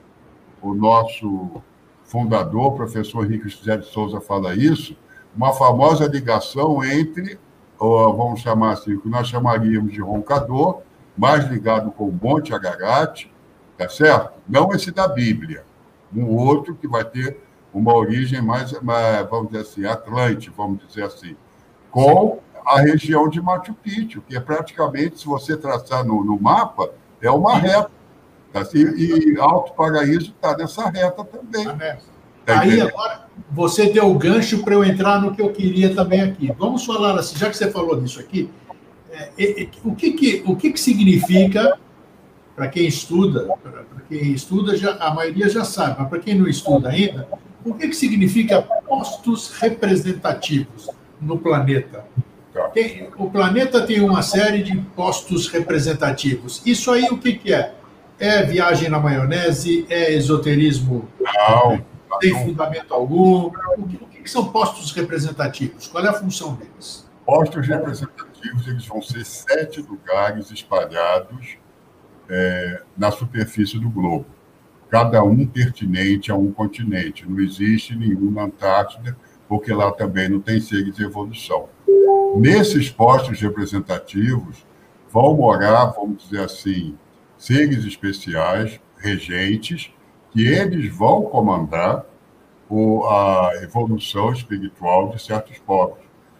o nosso fundador, o professor Henrique José de Souza, fala isso, uma famosa ligação entre, ou, vamos chamar assim, o que nós chamaríamos de roncador, mais ligado com o Monte Ararat, tá certo? Não esse da Bíblia, um outro que vai ter uma origem mais, mais vamos dizer assim, Atlante, vamos dizer assim, com a região de Machu Picchu, que é praticamente, se você traçar no, no mapa, é uma reta. Tá? E, e Alto Paraíso está nessa reta também. Tá Aí, agora, você deu o gancho para eu entrar no que eu queria também aqui. Vamos falar assim, já que você falou disso aqui, é, é, o, que, que, o que, que significa, para quem estuda, para quem estuda, já, a maioria já sabe, mas para quem não estuda ainda, o que, que significa postos representativos no planeta? Tem, o planeta tem uma série de postos representativos. Isso aí, o que, que é? É viagem na maionese? É esoterismo? Não. Tem fundamento algum? O que, o que são postos representativos? Qual é a função deles? Postos representativos, eles vão ser sete lugares espalhados é, na superfície do globo. Cada um pertinente a um continente. Não existe nenhum na Antártida, porque lá também não tem seres de evolução. Nesses postos representativos vão morar, vamos dizer assim, seres especiais, regentes, que eles vão comandar o, a evolução espiritual de certos povos.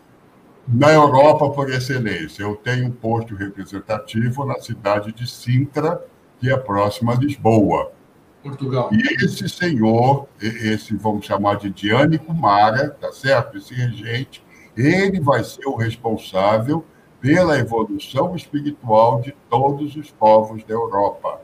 Na Europa, por excelência, eu tenho um posto representativo na cidade de Sintra, que é próxima a Lisboa. Portugal. E esse senhor, esse vamos chamar de Diane Kumara, tá certo? Esse regente, ele vai ser o responsável pela evolução espiritual de todos os povos da Europa.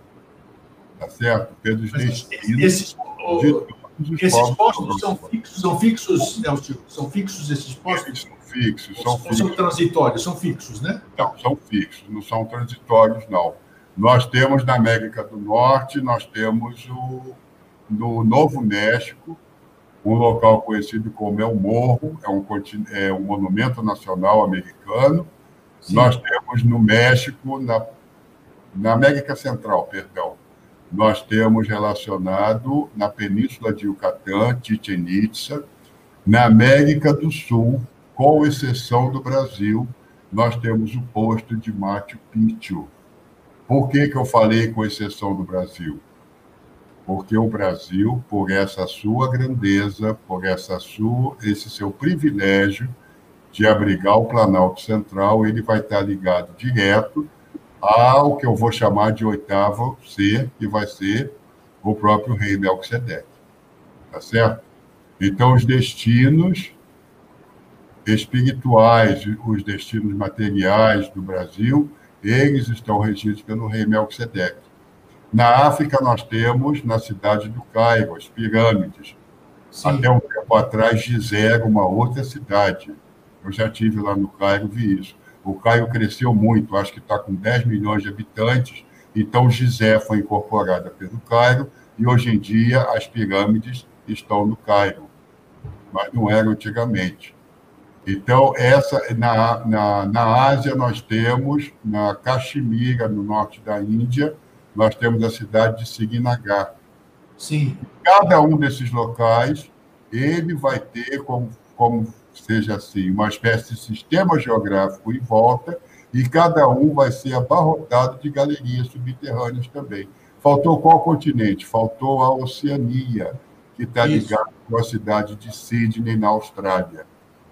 Tá certo? Pelos destinos esses, de todos os esses povos postos são fixos, são fixos, Elcio? São fixos esses postos? São fixos, são Ou fixos. são transitórios, são fixos, né? Não, são fixos, não são transitórios, não. Nós temos na América do Norte, nós temos o, no Novo México, um local conhecido como El Morro, é um, é um monumento nacional americano. Sim. Nós temos no México, na, na América Central, perdão, nós temos relacionado na Península de Yucatán, Chichén Itzá. Na América do Sul, com exceção do Brasil, nós temos o posto de Machu Picchu. Por que que eu falei com exceção do Brasil? Porque o Brasil, por essa sua grandeza, por essa sua, esse seu privilégio de abrigar o Planalto Central, ele vai estar ligado direto ao que eu vou chamar de oitavo ser, que vai ser o próprio rei Melquisedeque. Tá certo? Então, os destinos espirituais, os destinos materiais do Brasil, eles estão regidos pelo rei Melquisedeque. Na África, nós temos, na cidade do Cairo, as pirâmides. Sim. Até um tempo atrás, Gizé era uma outra cidade. Eu já estive lá no Cairo, vi isso. O Cairo cresceu muito, acho que está com dez milhões de habitantes, então Gizé foi incorporada pelo Cairo, e hoje em dia as pirâmides estão no Cairo, mas não eram antigamente. Então, essa, na, na, na Ásia, nós temos, na Caxemira, no norte da Índia, nós temos a cidade de Srinagar. Sim. Cada um desses locais, ele vai ter, como, como seja assim, uma espécie de sistema geográfico em volta, e cada um vai ser abarrotado de galerias subterrâneas também. Faltou qual continente? Faltou a Oceania, que está ligado com a cidade de Sydney, na Austrália.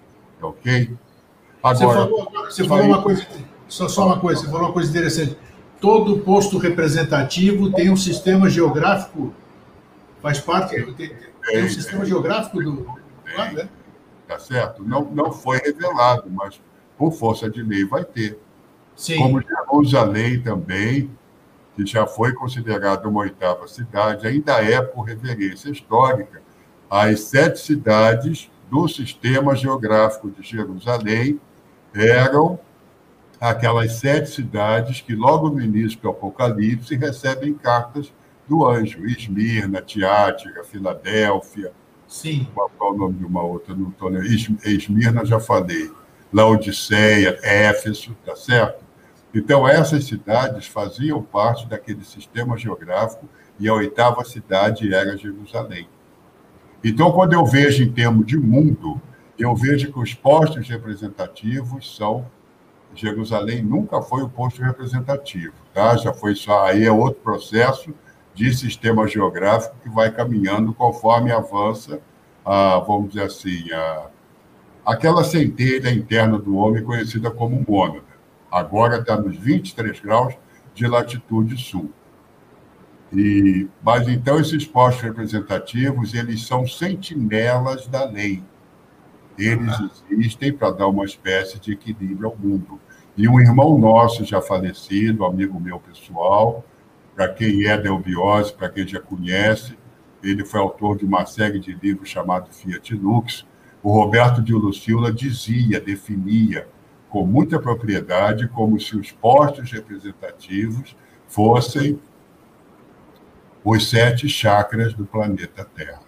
Ok? Agora, você falou, você falou uma coisa, só, só uma coisa, você falou uma coisa interessante. Todo posto representativo tem um sistema geográfico, faz parte, tem, tem, tem um sistema geográfico do... Tem, né? Tá certo? Não, não foi revelado, mas por força de lei vai ter. Sim. Como Jerusalém também, que já foi considerada uma oitava cidade, ainda é, por reverência histórica, as sete cidades do sistema geográfico de Jerusalém eram aquelas sete cidades que, logo no início do Apocalipse, recebem cartas do anjo. Esmirna, Tiátira, Filadélfia. Sim. Qual é o nome de uma outra? Não estou lembrando. Esmirna, já falei. Laodiceia, Éfeso, tá certo? Então, essas cidades faziam parte daquele sistema geográfico e a oitava cidade era Jerusalém. Então, quando eu vejo em termos de mundo, eu vejo que os postos representativos são... Jerusalém nunca foi o posto representativo, tá? Já foi só... Aí é outro processo de sistema geográfico que vai caminhando conforme avança, a, vamos dizer assim, a, aquela centelha interna do homem conhecida como mônada. Agora está nos vinte e três graus de latitude sul. E, mas, então, esses postos representativos, eles são sentinelas da lei. Eles existem para dar uma espécie de equilíbrio ao mundo. E um irmão nosso já falecido, amigo meu pessoal, para quem é da eubiose, para quem já conhece, ele foi autor de uma série de livros chamado Fiat Lux. O Roberto de Lucila dizia, definia com muita propriedade como se os postos representativos fossem os sete chakras do planeta Terra.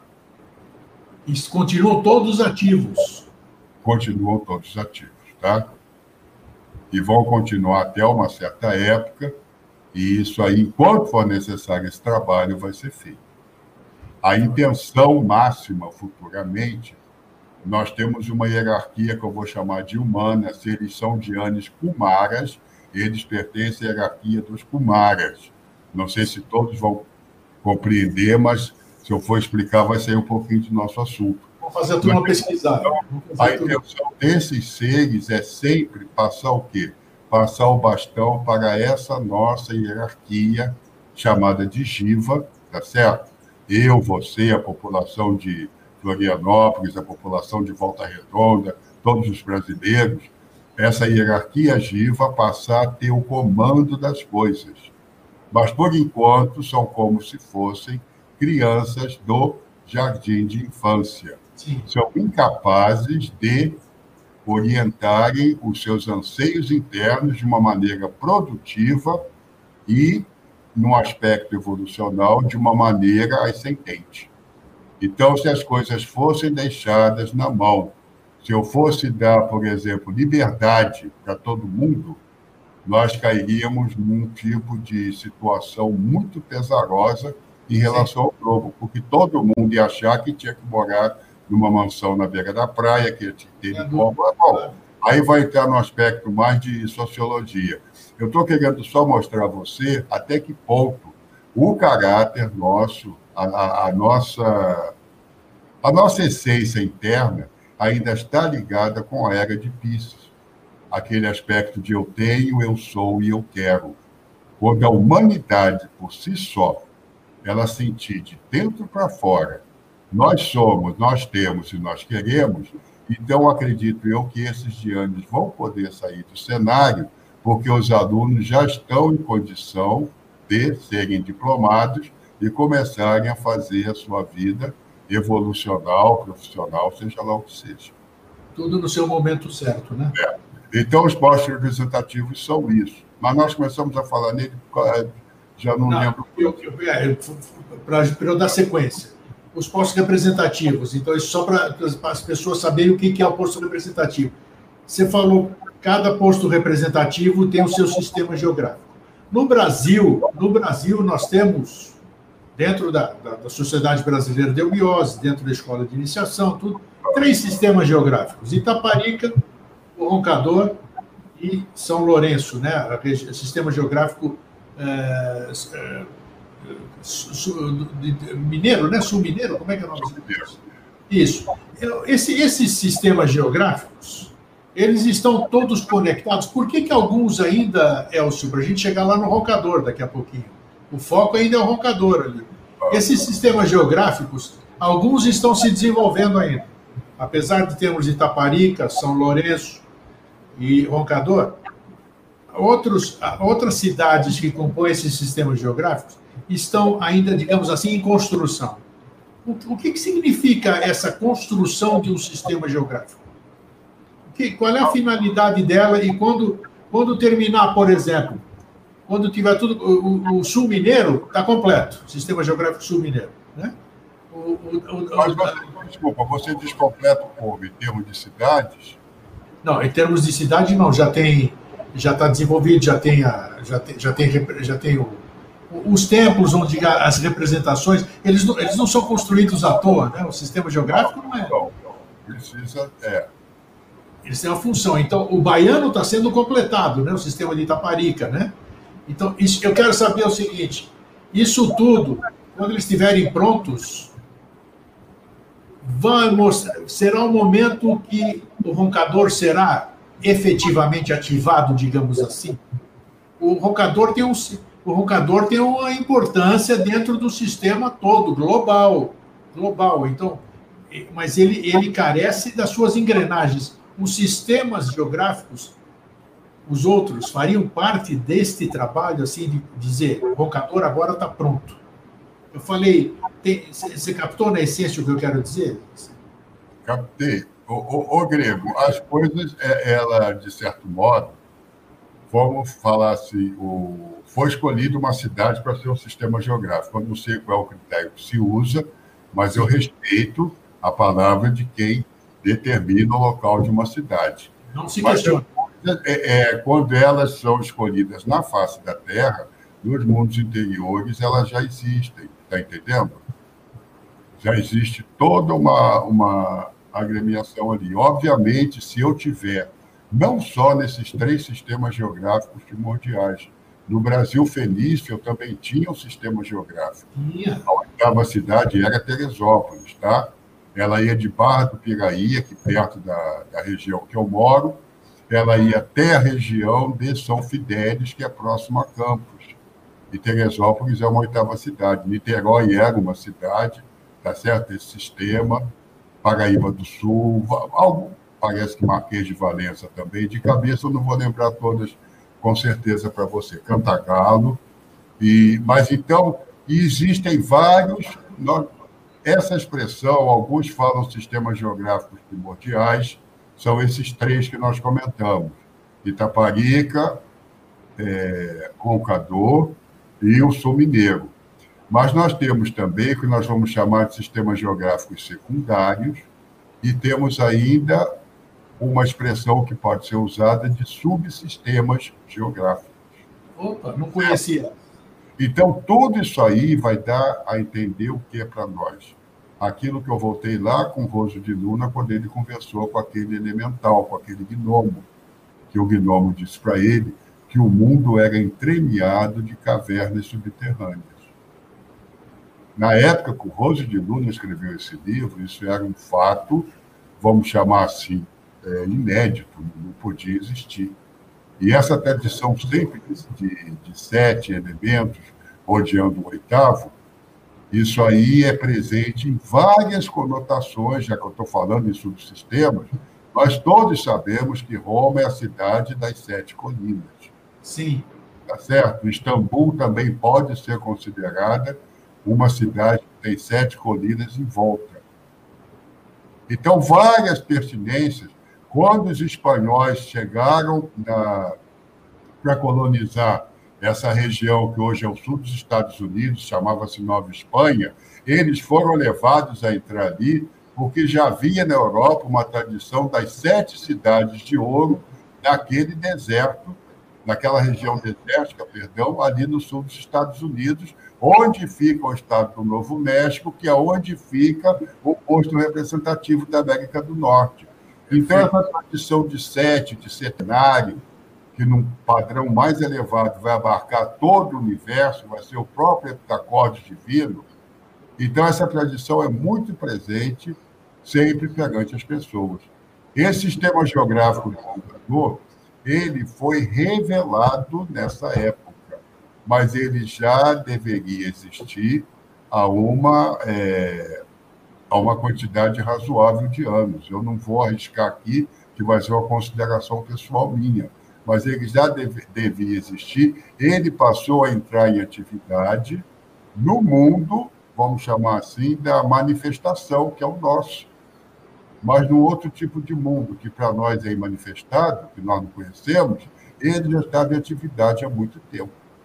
E continuam todos ativos. Continuam todos ativos, tá? E vão continuar até uma certa época, e isso aí, enquanto for necessário esse trabalho, vai ser feito. A intenção máxima, futuramente, nós temos uma hierarquia que eu vou chamar de humana, se eles são de Anis Kumaras, eles pertencem à hierarquia dos Kumaras. Não sei se todos vão compreender, mas se eu for explicar, vai sair um pouquinho do nosso assunto. Vamos fazer tudo uma pesquisada. A intenção desses seres é sempre passar o quê? Passar o bastão para essa nossa hierarquia chamada de Jiva, tá certo? Eu, você, a população de Florianópolis, a população de Volta Redonda, todos os brasileiros, essa hierarquia Jiva passar a ter o comando das coisas. Mas, por enquanto, são como se fossem crianças do jardim de infância. Sim. São incapazes de orientarem os seus anseios internos de uma maneira produtiva e, no aspecto evolucional, de uma maneira ascendente. Então, se as coisas fossem deixadas na mão, se eu fosse dar, por exemplo, liberdade para todo mundo, nós cairíamos num tipo de situação muito pesarosa em relação ao globo, porque todo mundo ia achar que tinha que morar numa mansão na beira da praia, que tinha que ter como. Bom, aí vai entrar no aspecto mais de sociologia. Eu estou querendo só mostrar a você até que ponto o caráter nosso, a, a, a nossa, a nossa essência interna ainda está ligada com a era de Píceos. Aquele aspecto de eu tenho, eu sou e eu quero. Quando a humanidade, por si só, ela sentir de dentro para fora, nós somos, nós temos e nós queremos, então acredito eu que esses dianos vão poder sair do cenário, porque os alunos já estão em condição de serem diplomados e começarem a fazer a sua vida evolucional, profissional, seja lá o que seja. Tudo no seu momento certo, né? É. Então, os postos representativos são isso. Mas nós começamos a falar nele, já não, não lembro. Para eu dar sequência. Os postos representativos, então, isso só para as pessoas saberem o que é o posto representativo. Você falou, cada posto representativo tem o seu sistema geográfico. No Brasil, no Brasil nós temos, dentro da, da, da Sociedade Brasileira de Eubiose, dentro da Escola de Iniciação, tudo, três sistemas geográficos: Itaparica, o Roncador e São Lourenço, né? O sistema geográfico é, é, su, de, mineiro, né? Sul-mineiro, como é que é o nome disso? Isso. Esse, esses sistemas geográficos, eles estão todos conectados. Por que que alguns ainda, Elcio, para a gente chegar lá no Roncador daqui a pouquinho? O foco ainda é o Roncador ali. Esses sistemas geográficos, alguns estão se desenvolvendo ainda. Apesar de termos Itaparica, São Lourenço e Roncador, outros, outras cidades que compõem esses sistemas geográficos estão ainda, digamos assim, em construção. O, o que, que significa essa construção de um sistema geográfico? O que, qual é a finalidade dela e quando, quando terminar, por exemplo, quando tiver tudo, o, o sul mineiro está completo, o sistema geográfico sul mineiro, né? O, o, o, Mas, você, desculpa, você diz completo como? Em termos de cidades? Não, em termos de cidade, não. Já tem, já está desenvolvido, já tem, a, já tem, já tem, já tem o, os templos onde as representações, eles não, eles não são construídos à toa, né? O sistema geográfico não é. Não, não. Precisa, é. Eles têm uma função. Então, o baiano está sendo completado, né? O sistema de Itaparica, né? Então, isso, eu quero saber o seguinte: isso tudo, quando eles estiverem prontos, vamos, será o momento que o Roncador será efetivamente ativado, digamos assim. O Roncador tem, um, o Roncador tem uma importância dentro do sistema todo, global. global. Então, mas ele, ele carece das suas engrenagens. Os sistemas geográficos, os outros, fariam parte deste trabalho, assim, de dizer, o Roncador agora está pronto. Eu falei, tem, você captou na essência o que eu quero dizer? Captei. O, o, o Grego, as coisas, ela, de certo modo, vamos falar assim, o, foi escolhida uma cidade para ser um sistema geográfico. Eu não sei qual é o critério que se usa, mas eu respeito a palavra de quem determina o local de uma cidade. Não se questiona. É, é, quando elas são escolhidas na face da Terra, nos mundos interiores, elas já existem, está entendendo? Já existe toda uma, uma agremiação ali. Obviamente, se eu tiver, não só nesses três sistemas geográficos primordiais, no Brasil Fenício eu também tinha um sistema geográfico. Yeah. A oitava cidade era Teresópolis, tá? Ela ia de Barra do Piraí, aqui perto da, da região que eu moro, ela ia até a região de São Fidélis, que é próximo a Campos. E Teresópolis é uma oitava cidade. Niterói era uma cidade, tá certo? Esse sistema, Paraíba do Sul, algo, parece que Marquês de Valença também. De cabeça eu não vou lembrar todas, com certeza, para você. Cantagalo. E, mas, então, existem vários... Nós, essa expressão, alguns falam sistemas geográficos primordiais, são esses três que nós comentamos. Itaparica, é, Roncador e o Sul Mineiro. Mas nós temos também o que nós vamos chamar de sistemas geográficos secundários e temos ainda uma expressão que pode ser usada de subsistemas geográficos. Opa, não conhecia. Então, tudo isso aí vai dar a entender o que é para nós. Aquilo que eu voltei lá com o Roso de Luna, quando ele conversou com aquele elemental, com aquele gnomo, que o gnomo disse para ele que o mundo era entremeado de cavernas subterrâneas. Na época que o Roso de Luna escreveu esse livro, isso era um fato, vamos chamar assim, é, inédito, não podia existir. E essa tradição sempre de, de sete elementos, rodeando o oitavo, isso aí é presente em várias conotações, já que eu estou falando em subsistemas, nós todos sabemos que Roma é a cidade das sete colinas. Sim. Tá certo? Istambul também pode ser considerada uma cidade que tem sete colinas em volta. Então, várias pertinências. Quando os espanhóis chegaram para colonizar essa região que hoje é o sul dos Estados Unidos, chamava-se Nova Espanha, eles foram levados a entrar ali porque já havia na Europa uma tradição das sete cidades de ouro naquele deserto, naquela região desértica, perdão, ali no sul dos Estados Unidos, onde fica o estado do Novo México, que é onde fica o posto representativo da América do Norte. Então, essa tradição de sete, de setenário, que num padrão mais elevado vai abarcar todo o universo, vai ser o próprio heptacorde divino. Então, essa tradição é muito presente, sempre perante as pessoas. Esse sistema geográfico do computador, ele foi revelado nessa época, mas ele já deveria existir a uma, é, a uma quantidade razoável de anos. Eu não vou arriscar aqui, que vai ser uma consideração pessoal minha, mas ele já deve, devia existir. Ele passou a entrar em atividade no mundo, vamos chamar assim, da manifestação, que é o nosso, mas num outro tipo de mundo, que para nós é manifestado, que nós não conhecemos, ele já estava em atividade há muito tempo.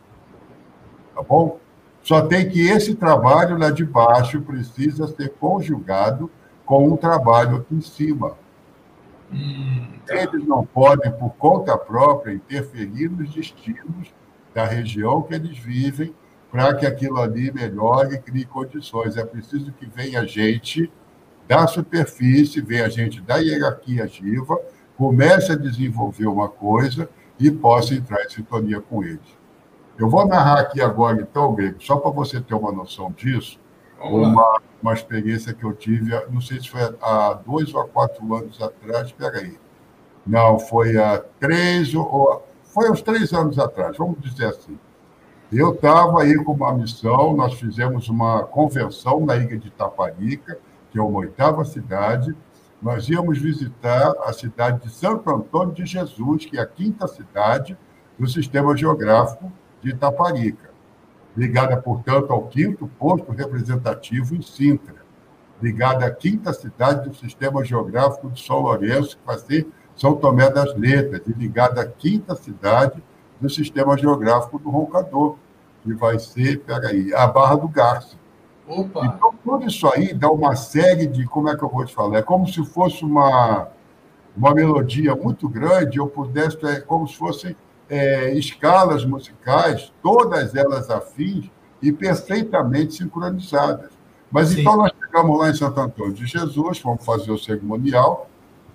Tá bom? Só tem que esse trabalho lá de baixo precisa ser conjugado com um trabalho aqui em cima. Hum, tá. Eles não podem, por conta própria, interferir nos destinos da região que eles vivem para que aquilo ali melhore e crie condições. É preciso que venha gente da superfície, venha gente da hierarquia ativa, comece a desenvolver uma coisa e possa entrar em sintonia com eles. Eu vou narrar aqui agora, então, Grego, só para você ter uma noção disso, uma, uma experiência que eu tive, não sei se foi há dois ou há quatro anos atrás, espera aí. Não, foi há três, ou foi uns três anos atrás, vamos dizer assim. Eu estava aí com uma missão, nós fizemos uma convenção na Ilha de Itaparica, que é uma oitava cidade, nós íamos visitar a cidade de Santo Antônio de Jesus, que é a quinta cidade do sistema geográfico de Itaparica, ligada, portanto, ao quinto posto representativo em Sintra, ligada à quinta cidade do sistema geográfico de São Lourenço, que vai ser São Tomé das Letras, e ligada à quinta cidade do sistema geográfico do Roncador, que vai ser, peraí, a Barra do Garça. Opa. Então, tudo isso aí dá uma série de, como é que eu vou te falar? É como se fosse uma, uma melodia muito grande, eu pudesse, é como se fossem é, escalas musicais, todas elas afins e perfeitamente sincronizadas. Mas Sim. Então nós chegamos lá em Santo Antônio de Jesus, fomos fazer o cerimonial,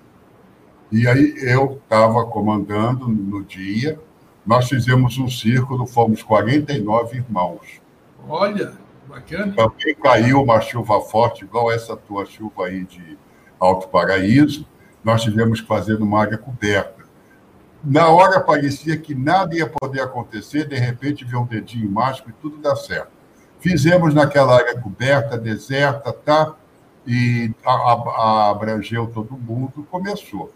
e aí eu estava comandando no dia, nós fizemos um círculo, fomos quarenta e nove irmãos. Olha! Bacana. Também caiu uma chuva forte, igual essa tua chuva aí de Alto Paraíso, nós tivemos que fazer numa área coberta. Na hora parecia que nada ia poder acontecer, de repente veio um dedinho mágico e tudo dá certo. Fizemos naquela área coberta, deserta, tá? E a, a, a abrangeu todo mundo, começou.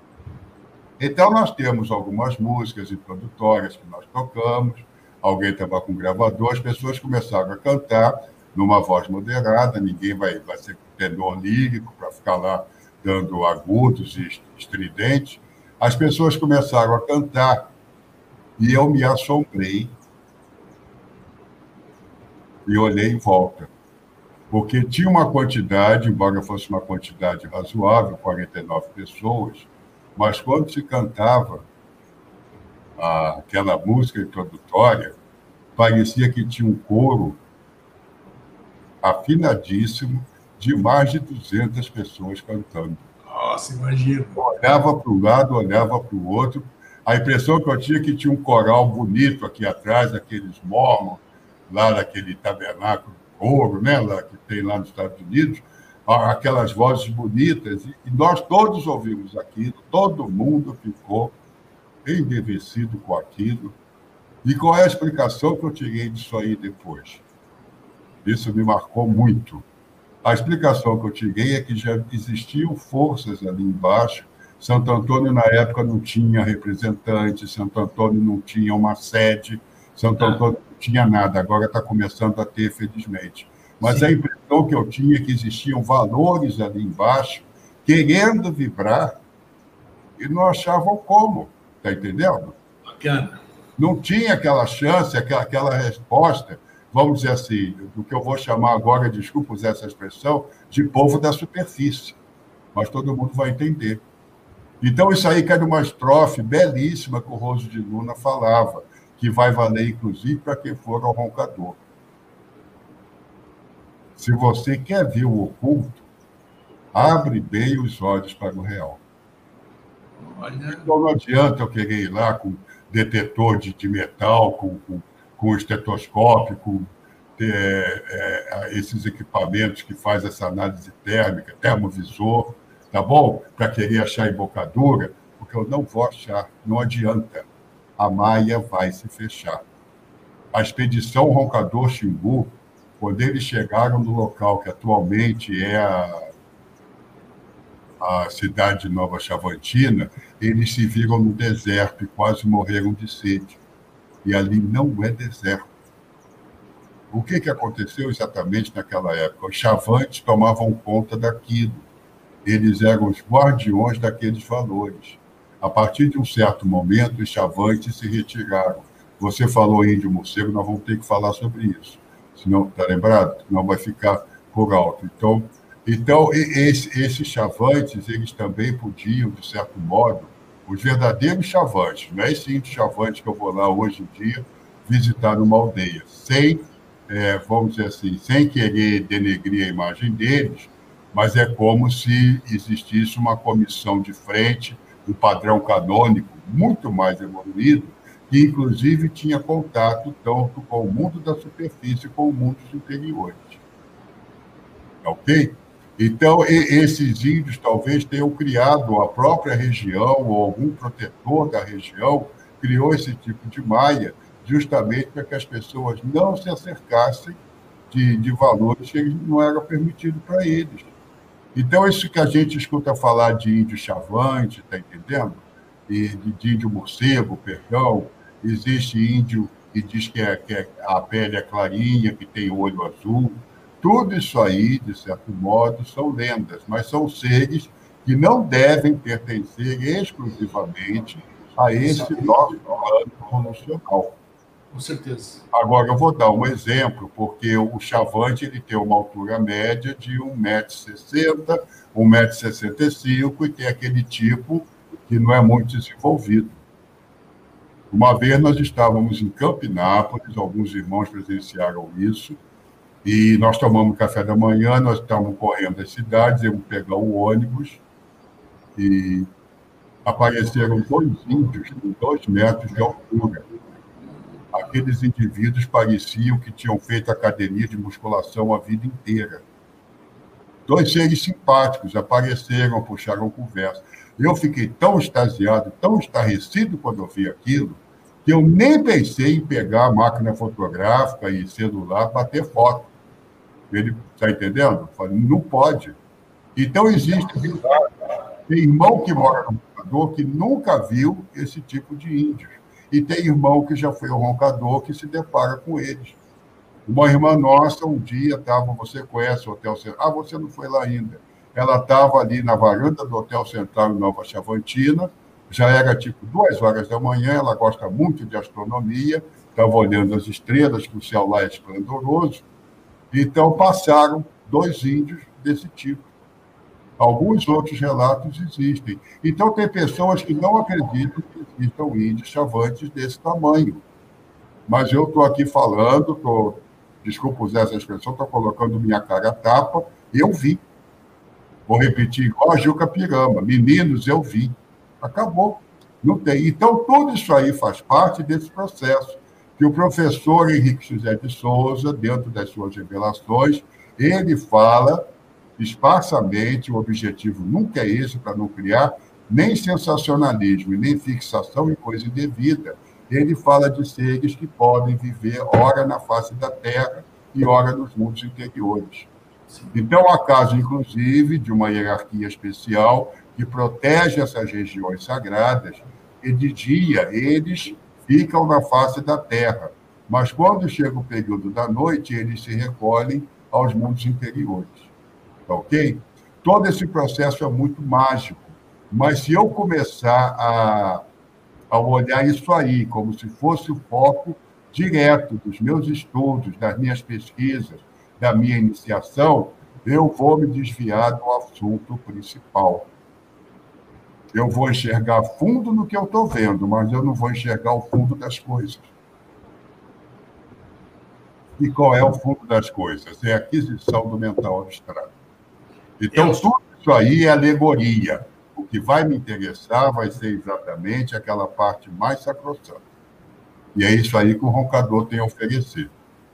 Então, nós temos algumas músicas introdutórias que nós tocamos, alguém estava com gravador, as pessoas começaram a cantar numa voz moderada, ninguém vai, vai ser tenor lírico para ficar lá dando agudos e estridentes. As pessoas começaram a cantar E eu me assombrei e olhei em volta. Porque tinha uma quantidade, embora fosse uma quantidade razoável, quarenta e nove pessoas, mas quando se cantava aquela música introdutória, parecia que tinha um coro afinadíssimo de mais de duzentas pessoas cantando. Nossa, imagina. Olhava para um lado, olhava para o outro. A impressão que eu tinha é que tinha um coral bonito aqui atrás, aqueles mormons, lá naquele tabernáculo de ouro, né, lá, que tem lá nos Estados Unidos, aquelas vozes bonitas. E nós todos ouvimos aquilo, todo mundo ficou embevecido com aquilo. E qual é a explicação que eu tirei disso aí depois? Isso me marcou muito. A explicação que eu tirei é que já existiam forças ali embaixo. Santo Antônio, na época, não tinha representante, Santo Antônio não tinha uma sede, Santo Antônio não tinha nada, agora está começando a ter, felizmente. Mas Sim. a impressão que eu tinha é que existiam valores ali embaixo querendo vibrar e não achavam como, está entendendo? Bacana. Não tinha aquela chance, aquela, aquela resposta, vamos dizer assim, do que eu vou chamar agora, desculpa usar essa expressão, de povo da superfície. Mas todo mundo vai entender. Então, isso aí cai numa estrofe belíssima que o Roso de Luna falava, que vai valer, inclusive, para quem for ao roncador. Se você quer ver o oculto, abre bem os olhos para o real. Olha... Então, não adianta eu querer ir lá com detetor de, de metal, com, com, com estetoscópio, com é, é, esses equipamentos que faz essa análise térmica, termovisor, tá bom? Para querer achar embocadura, porque eu não vou achar, não adianta. A Maia vai se fechar. A expedição Roncador Xingu, quando eles chegaram no local que atualmente é a, a cidade de Nova Chavantina, eles se viram no deserto e quase morreram de sede. E ali não é deserto. O que, que aconteceu exatamente naquela época? Os chavantes tomavam conta daquilo. Eles eram os guardiões daqueles valores. A partir de um certo momento, os chavantes se retiraram. Você falou índio morcego, nós vamos ter que falar sobre isso. Senão, está lembrado? Senão vai ficar por alto. Então, então esse, esses chavantes, eles também podiam, de certo modo, os verdadeiros chavantes, não é esse índio chavante que eu vou lá hoje em dia visitar numa aldeia, sem, é, vamos dizer assim, sem querer denegrir a imagem deles, mas é como se existisse uma comissão de frente, um padrão canônico muito mais evoluído, que, inclusive, tinha contato tanto com o mundo da superfície como com o mundo dos interiores. Ok? Então, esses índios talvez tenham criado a própria região, ou algum protetor da região, criou esse tipo de maia, justamente para que as pessoas não se acercassem de, de valores que não eram permitidos para eles. Então, isso que a gente escuta falar de índio chavante, está entendendo? E de, de índio morcego, perdão, existe índio que diz que, é, que é, a pele é clarinha, que tem olho azul. Tudo isso aí, de certo modo, são lendas, mas são seres que não devem pertencer exclusivamente a esse nosso plano evolucional. Com certeza. Agora, eu vou dar um exemplo, porque o chavante ele tem uma altura média de um metro e sessenta, um metro e sessenta e cinco, e tem aquele tipo que não é muito desenvolvido. Uma vez nós estávamos em Campinápolis, alguns irmãos presenciaram isso, e nós tomamos café da manhã, nós estávamos correndo das cidades, íamos pegar o ônibus, e apareceram dois índios de dois metros de altura. Aqueles indivíduos pareciam que tinham feito academia de musculação a vida inteira. Dois seres simpáticos apareceram, puxaram conversa. Eu fiquei tão extasiado, tão estarrecido quando eu vi aquilo, que eu nem pensei em pegar a máquina fotográfica e celular para ter foto. Ele está entendendo? Eu falei, não pode. Então, existe tem irmão que mora no roncador que nunca viu esse tipo de índios. E tem irmão que já foi ao roncador que se depara com eles. Uma irmã nossa, um dia, estava, você conhece o Hotel Central? Ah, você não foi lá ainda. Ela estava ali na varanda do Hotel Central em Nova Chavantina, já era tipo duas horas da manhã, ela gosta muito de astronomia, estava olhando as estrelas, que o céu lá é esplendoroso, então passaram dois índios desse tipo. Alguns outros relatos existem. Então, tem pessoas que não acreditam que existam índios chavantes desse tamanho. Mas eu estou aqui falando, tô, desculpa usar essa expressão, estou colocando minha cara a tapa, eu vi. Vou repetir igual a Juca Pirama. Meninos, eu vi. Acabou. Não tem. Então, tudo isso aí faz parte desse processo que o professor Henrique José de Souza, dentro das suas revelações, ele fala esparsamente, o objetivo nunca é esse, para não criar nem sensacionalismo e nem fixação em coisa indevida. Ele fala de seres que podem viver ora na face da Terra e ora nos mundos interiores. Então, há caso, inclusive, de uma hierarquia especial que protege essas regiões sagradas, e de dia eles ficam na face da Terra, mas quando chega o período da noite, eles se recolhem aos mundos interiores. Tá ok? Todo esse processo é muito mágico, mas se eu começar a, a olhar isso aí como se fosse o foco direto dos meus estudos, das minhas pesquisas, da minha iniciação, eu vou me desviar do assunto principal. Eu vou enxergar fundo no que eu estou vendo, mas eu não vou enxergar o fundo das coisas. E qual é o fundo das coisas? É a aquisição do mental abstrato. Então, tudo isso aí é alegoria. O que vai me interessar vai ser exatamente aquela parte mais sacrossanta. E é isso aí que o roncador tem a oferecer.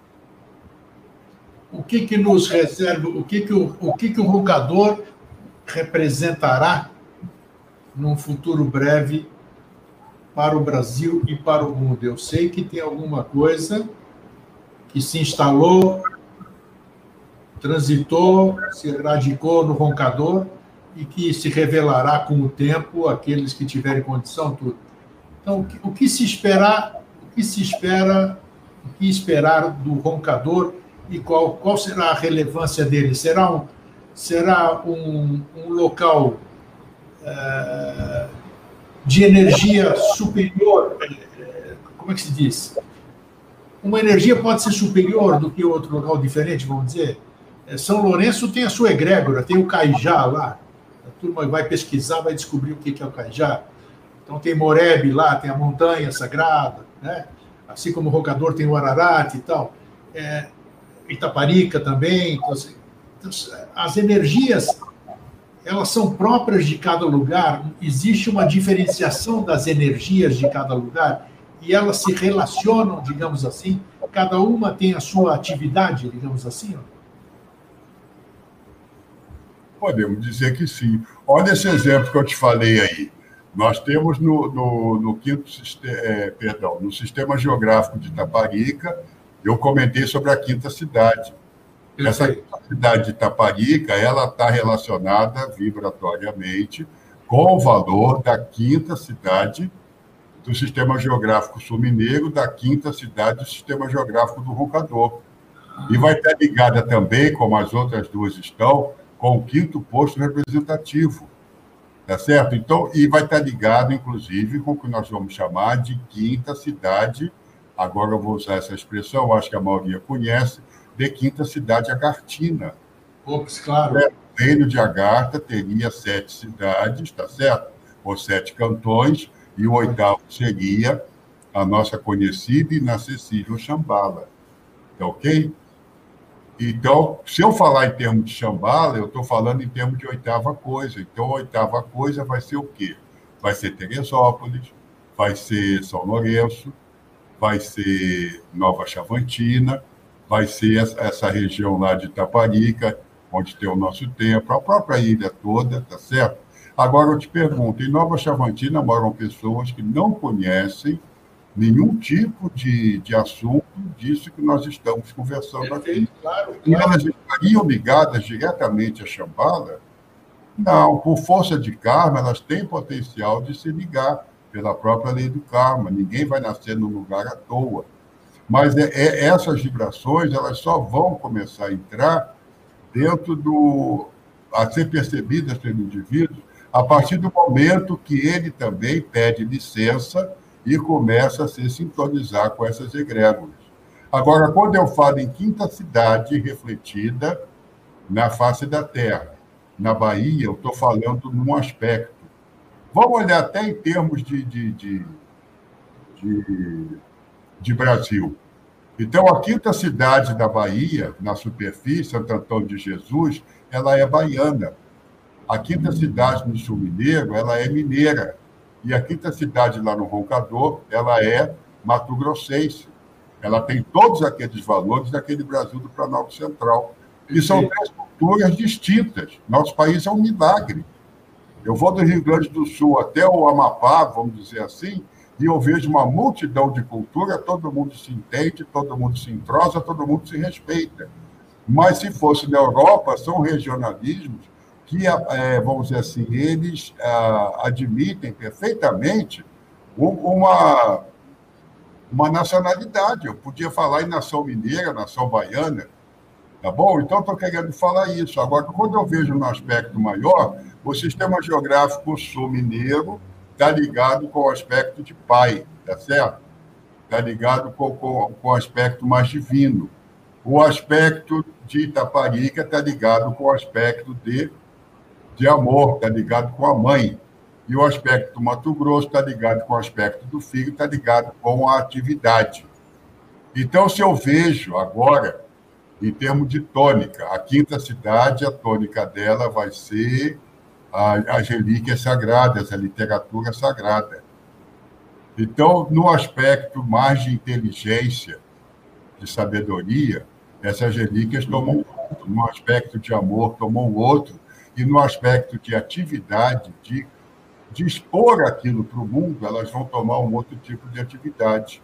O que que nos reserva, o que que o, o que que o roncador representará num futuro breve para o Brasil e para o mundo? Eu sei que tem alguma coisa que se instalou, transitou, se radicou no roncador e que se revelará com o tempo aqueles que tiverem condição, tudo. Então, o que, o que se esperar, o que se espera, o que esperar do roncador e qual, qual será a relevância dele? Será um, será um, um local uh, de energia superior? Como é que se diz? Uma energia pode ser superior do que outro local diferente, vamos dizer? São Lourenço tem a sua egrégora, tem o Caijá lá. A turma vai pesquisar, vai descobrir o que é o Caijá. Então tem Morebe lá, tem a montanha sagrada, né? Assim como o roncador tem o Ararat e tal. É, Itaparica também. Então, assim, as energias, elas são próprias de cada lugar. Existe uma diferenciação das energias de cada lugar e elas se relacionam, digamos assim. Cada uma tem a sua atividade, digamos assim, ó. Podemos dizer que sim. Olha esse exemplo que eu te falei aí. Nós temos no, no, no quinto é, perdão, no sistema geográfico de Itaparica, eu comentei sobre a quinta cidade. Essa quinta cidade de Itaparica, ela está relacionada vibratoriamente com o valor da quinta cidade do sistema geográfico sul-mineiro, da quinta cidade do sistema geográfico do roncador. E vai estar ligada também, como as outras duas estão, com o quinto posto representativo, tá certo? Então, e vai estar ligado, inclusive, com o que nós vamos chamar de quinta cidade, agora eu vou usar essa expressão, acho que a maioria conhece, de quinta cidade agartina. Ops, claro. O reino de Agartha teria sete cidades, tá certo? Ou sete cantões, e o oitavo seria a nossa conhecida e inacessível Shambhala, tá ok? Então, se eu falar em termos de Shambhala, eu estou falando em termos de oitava coisa. Então, a oitava coisa vai ser o quê? Vai ser Teresópolis, vai ser São Lourenço, vai ser Nova Chavantina, vai ser essa região lá de Itaparica, onde tem o nosso templo, a própria ilha toda, tá certo? Agora, eu te pergunto, em Nova Chavantina moram pessoas que não conhecem nenhum tipo de, de assunto disso que nós estamos conversando aqui. Claro, claro. E elas estariam ligadas diretamente a Shambhala? Não, por força de karma, elas têm potencial de se ligar pela própria lei do karma. Ninguém vai nascer num lugar à toa. Mas é, é, essas vibrações, elas só vão começar a entrar dentro do... a ser percebidas pelo indivíduo a partir do momento que ele também pede licença e começa a se sintonizar com essas egrégoras. Agora, quando eu falo em quinta cidade refletida na face da Terra, na Bahia, eu estou falando num aspecto. Vamos olhar até em termos de, de, de, de, de Brasil. Então, a quinta cidade da Bahia, na superfície, Santo Antônio de Jesus, ela é baiana. A quinta cidade no Sul Mineiro, ela é mineira. E a quinta cidade lá no Roncador, ela é mato-grossense. Ela tem todos aqueles valores daquele Brasil do Planalto Central. E são três culturas distintas. Nosso país é um milagre. Eu vou do Rio Grande do Sul até o Amapá, vamos dizer assim, e eu vejo uma multidão de cultura, todo mundo se entende, todo mundo se entrosa, todo mundo se respeita. Mas, se fosse na Europa, são regionalismos que, é, vamos dizer assim, eles ah, admitem perfeitamente uma, uma nacionalidade. Eu podia falar em nação mineira, nação baiana, tá bom? Então, estou querendo falar isso. Agora, quando eu vejo no aspecto maior, o sistema geográfico sul-mineiro está ligado com o aspecto de pai, tá certo? Está ligado com, com, com o aspecto mais divino. O aspecto de Itaparica está ligado com o aspecto de, de amor, está ligado com a mãe. E o aspecto do Mato Grosso está ligado com o aspecto do filho, está ligado com a atividade. Então, se eu vejo agora, em termos de tônica, a quinta cidade, a tônica dela vai ser as relíquias sagradas, a literatura sagrada. Então, no aspecto mais de inteligência, de sabedoria, essas relíquias tomam outro. No aspecto de amor, tomam outro. E no aspecto de atividade, de, de expor aquilo para o mundo, elas vão tomar um outro tipo de atividade.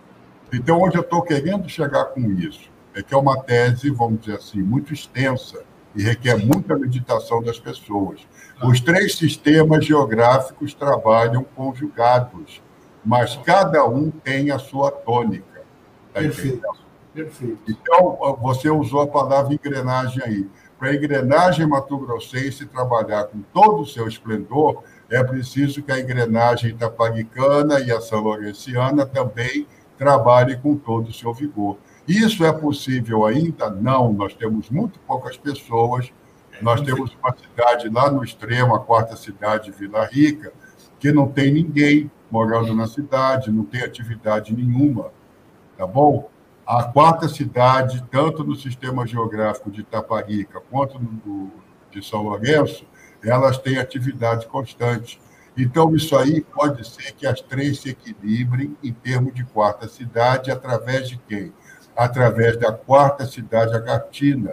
Então, onde eu estou querendo chegar com isso é que é uma tese, vamos dizer assim, muito extensa e requer muita meditação das pessoas. Os três sistemas geográficos trabalham conjugados, mas cada um tem a sua tônica. Tá Perfeito. Perfeito. Então, você usou a palavra engrenagem aí. Para a engrenagem mato-grossense trabalhar com todo o seu esplendor, é preciso que a engrenagem itaparicana e a são-lourenciana também trabalhem com todo o seu vigor. Isso é possível ainda? Não, nós temos muito poucas pessoas. Nós temos uma cidade lá no extremo, a quarta cidade, Vila Rica, que não tem ninguém morando na cidade, não tem atividade nenhuma, tá bom? A quarta cidade, tanto no sistema geográfico de Itaparica quanto no de São Lourenço, elas têm atividade constante. Então, isso aí pode ser que as três se equilibrem em termos de quarta cidade, através de quem? Através da quarta cidade agatina,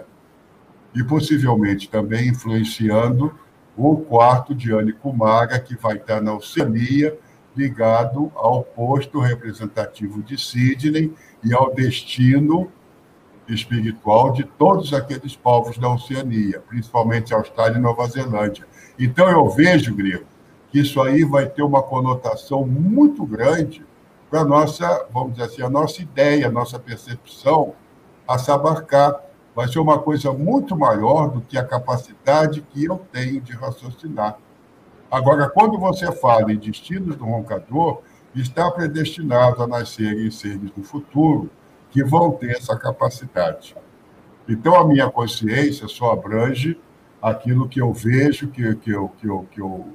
e possivelmente também influenciando o quarto de Anikumara, que vai estar na Oceania, ligado ao posto representativo de Sydney e ao destino espiritual de todos aqueles povos da Oceania, principalmente Austrália e Nova Zelândia. Então, eu vejo, Grego, que isso aí vai ter uma conotação muito grande para a nossa, vamos dizer assim, a nossa ideia, a nossa percepção a se abarcar. Vai ser uma coisa muito maior do que a capacidade que eu tenho de raciocinar. Agora, quando você fala em destinos do roncador, está predestinado a nascerem seres no futuro que vão ter essa capacidade. Então, a minha consciência só abrange aquilo que eu vejo, que, que, eu, que, eu, que eu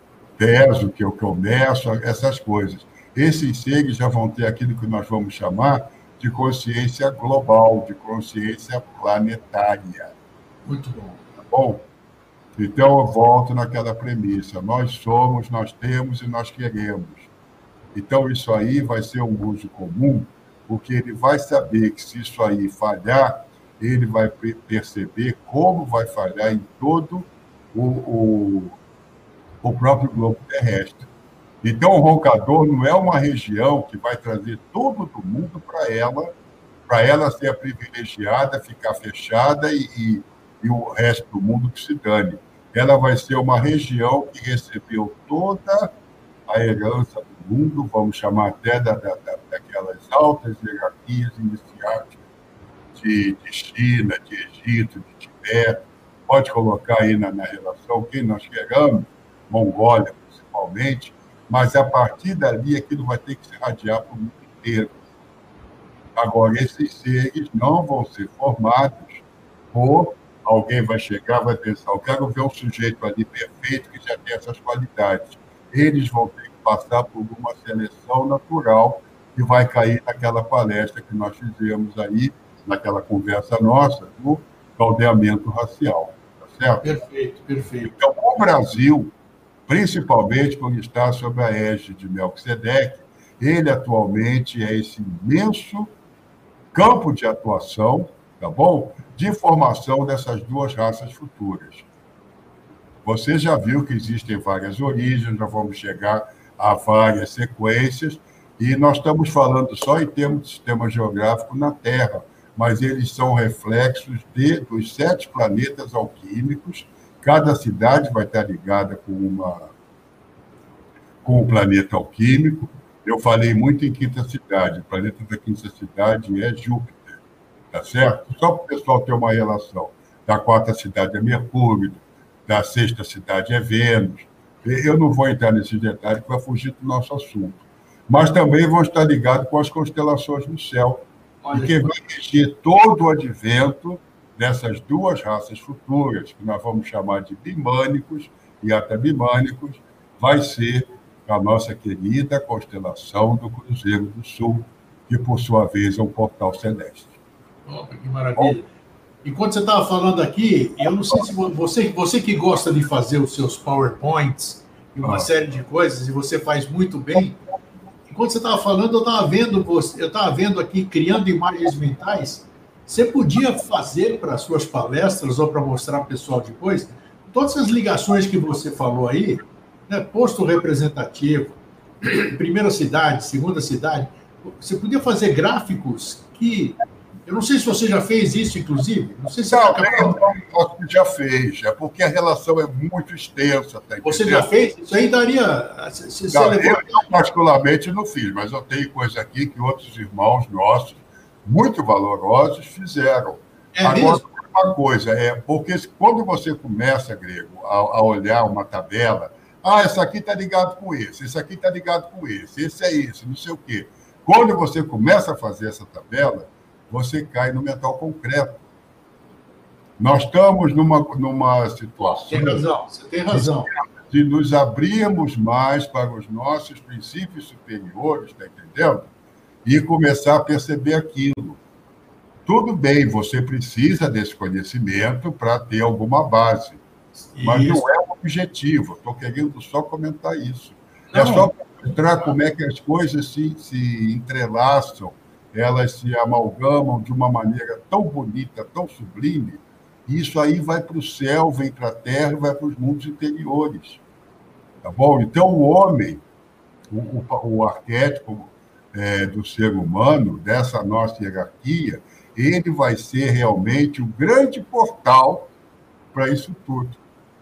peso, que eu, que eu meço, essas coisas. Esses seres já vão ter aquilo que nós vamos chamar de consciência global, de consciência planetária. Muito bom. Tá bom? Então, eu volto naquela premissa. Nós somos, nós temos e nós queremos. Então, isso aí vai ser um uso comum, porque ele vai saber que, se isso aí falhar, ele vai perceber como vai falhar em todo o, o, o próprio globo terrestre. Então, o roncador não é uma região que vai trazer todo do mundo para ela, para ela ser a privilegiada, ficar fechada e, e, e o resto do mundo que se dane. Ela vai ser uma região que recebeu toda a herança do mundo, vamos chamar até da, da, daquelas altas hierarquias iniciáticas de, de China, de Egito, de Tibete. Pode colocar aí na, na relação quem nós queramos, Mongólia, principalmente, mas a partir dali aquilo vai ter que se irradiar para o mundo inteiro. Agora, esses seres não vão ser formados por alguém vai chegar, vai pensar, eu quero ver um sujeito ali perfeito que já tem essas qualidades. Eles vão ter que passar por uma seleção natural que vai cair naquela palestra que nós fizemos aí, naquela conversa nossa, do caldeamento racial. Tá certo? Perfeito, perfeito. Então, o Brasil, principalmente por estar sob a égide de Melquisedeque, ele atualmente é esse imenso campo de atuação, tá bom? De formação dessas duas raças futuras. Você já viu que existem várias origens, já vamos chegar a várias sequências, e nós estamos falando só em termos de sistema geográfico na Terra, mas eles são reflexos de, dos sete planetas alquímicos. Cada cidade vai estar ligada com, uma, com um planeta alquímico. Eu falei muito em quinta cidade. O planeta da quinta cidade é Júpiter, tá certo? Só para o pessoal ter uma relação. Da quarta cidade é Mercúrio, da sexta cidade é Vênus. Eu não vou entrar nesses detalhes, que vai fugir do nosso assunto. Mas também vão estar ligados com as constelações no céu. Olha, e que vai regir todo o advento dessas duas raças futuras, que nós vamos chamar de bimânicos e atabimânicos, vai ser a nossa querida constelação do Cruzeiro do Sul, que, por sua vez, é um portal celeste. Opa, que maravilha. Bom, enquanto você estava falando aqui, eu não sei se você, você que gosta de fazer os seus PowerPoints e uma ah. série de coisas, e você faz muito bem, enquanto você estava falando, eu estava vendo, você, eu estava vendo aqui, criando imagens mentais, você podia fazer para as suas palestras ou para mostrar para o pessoal depois, todas as ligações que você falou aí, né, posto representativo, primeira cidade, segunda cidade, você podia fazer gráficos que... Eu não sei se você já fez isso, inclusive. Não sei se não, você não, não, já fez, é porque a relação é muito extensa. Tá, você já fez? Isso aí daria... Se, se não, levou... Eu, particularmente, não fiz, mas eu tenho coisa aqui que outros irmãos nossos, muito valorosos, fizeram. É Agora, mesmo? uma coisa, é porque quando você começa, Grego, a, a olhar uma tabela, ah, esse aqui está ligado com esse, esse aqui está ligado com esse, esse é esse, não sei o quê. Quando você começa a fazer essa tabela, você cai no metal concreto. Nós estamos numa, numa situação... Tem razão, você tem razão. De nos abrirmos mais para os nossos princípios superiores, está entendendo? E começar a perceber aquilo. Tudo bem, você precisa desse conhecimento para ter alguma base. Mas isso não é o objetivo. Estou querendo só comentar isso. Não. É só para mostrar como é que as coisas se, se entrelaçam, elas se amalgamam de uma maneira tão bonita, tão sublime, e isso aí vai para o céu, vem para a terra, vai para os mundos interiores. Tá bom? Então, o homem, o, o, o arquétipo é, do ser humano, dessa nossa hierarquia, ele vai ser realmente o grande portal para isso tudo.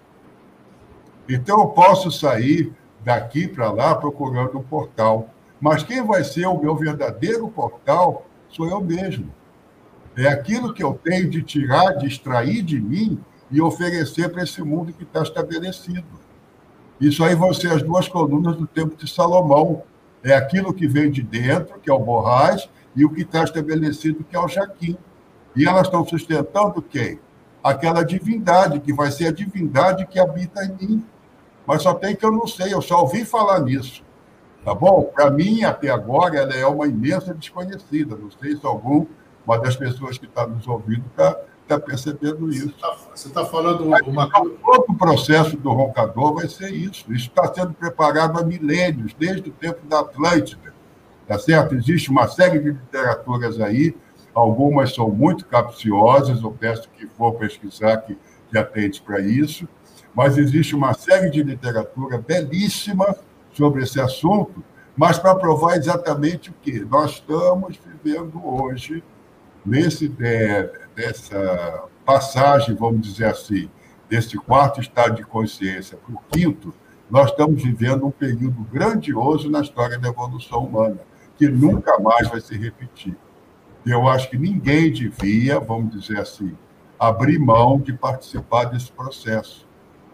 Então, eu posso sair daqui para lá procurando um portal, mas quem vai ser o meu verdadeiro portal sou eu mesmo. É aquilo que eu tenho de tirar, de extrair de mim e oferecer para esse mundo que está estabelecido. Isso aí vão ser as duas colunas do Templo de Salomão. É aquilo que vem de dentro, que é o Borrás, e o que está estabelecido, que é o Jaquim. E elas estão sustentando quem? Aquela divindade, que vai ser a divindade que habita em mim. Mas só tem que eu não sei, eu só ouvi falar nisso. Tá bom? Para mim, até agora, ela é uma imensa desconhecida. Não sei se alguma das pessoas que está nos ouvindo está tá percebendo isso. Você está tá falando uma coisa... Todo o processo do roncador vai ser isso. Isso está sendo preparado há milênios, desde o tempo da Atlântida. Tá certo? Existe uma série de literaturas aí, algumas são muito capciosas, eu peço que for pesquisar, que, que atente para isso, mas existe uma série de literatura belíssima sobre esse assunto, mas para provar exatamente o quê? Nós estamos vivendo hoje, nesse, é, dessa passagem, vamos dizer assim, desse quarto estado de consciência para o quinto, nós estamos vivendo um período grandioso na história da evolução humana, que nunca mais vai se repetir. Eu acho que ninguém devia, vamos dizer assim, abrir mão de participar desse processo.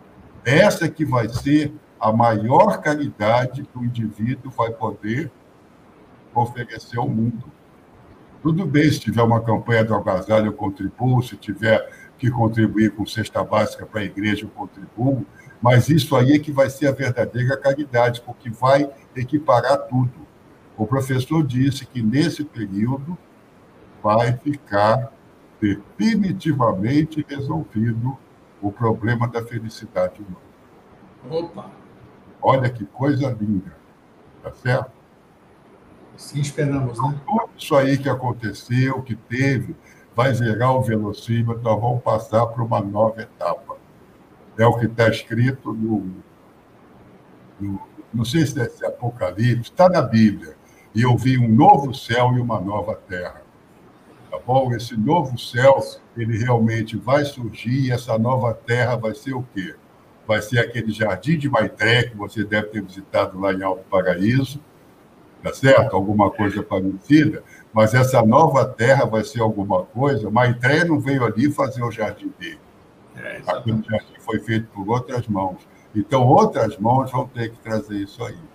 Essa que vai ser a maior caridade que o indivíduo vai poder oferecer ao mundo. Tudo bem, se tiver uma campanha do agasalho, eu contribuo, se tiver que contribuir com cesta básica para a igreja, eu contribuo, mas isso aí é que vai ser a verdadeira caridade, porque vai equiparar tudo. O professor disse que, nesse período, vai ficar definitivamente resolvido o problema da felicidade humana. Opa! Olha que coisa linda, tá certo? Sim, esperamos, né? Tudo isso aí que aconteceu, que teve, vai zerar o velocímetro, nós vamos passar para uma nova etapa. É o que está escrito no, no... Não sei se é esse Apocalipse, está na Bíblia. E eu vi um novo céu e uma nova terra. Tá bom? Esse novo céu, ele realmente vai surgir, e essa nova terra vai ser o quê? Vai ser aquele jardim de Maitreya, que você deve ter visitado lá em Alto Paraíso, tá certo? Alguma coisa parecida, mas essa nova terra vai ser alguma coisa. Maitreya não veio ali fazer o jardim dele. É, aquele jardim foi feito por outras mãos. Então, outras mãos vão ter que trazer isso aí.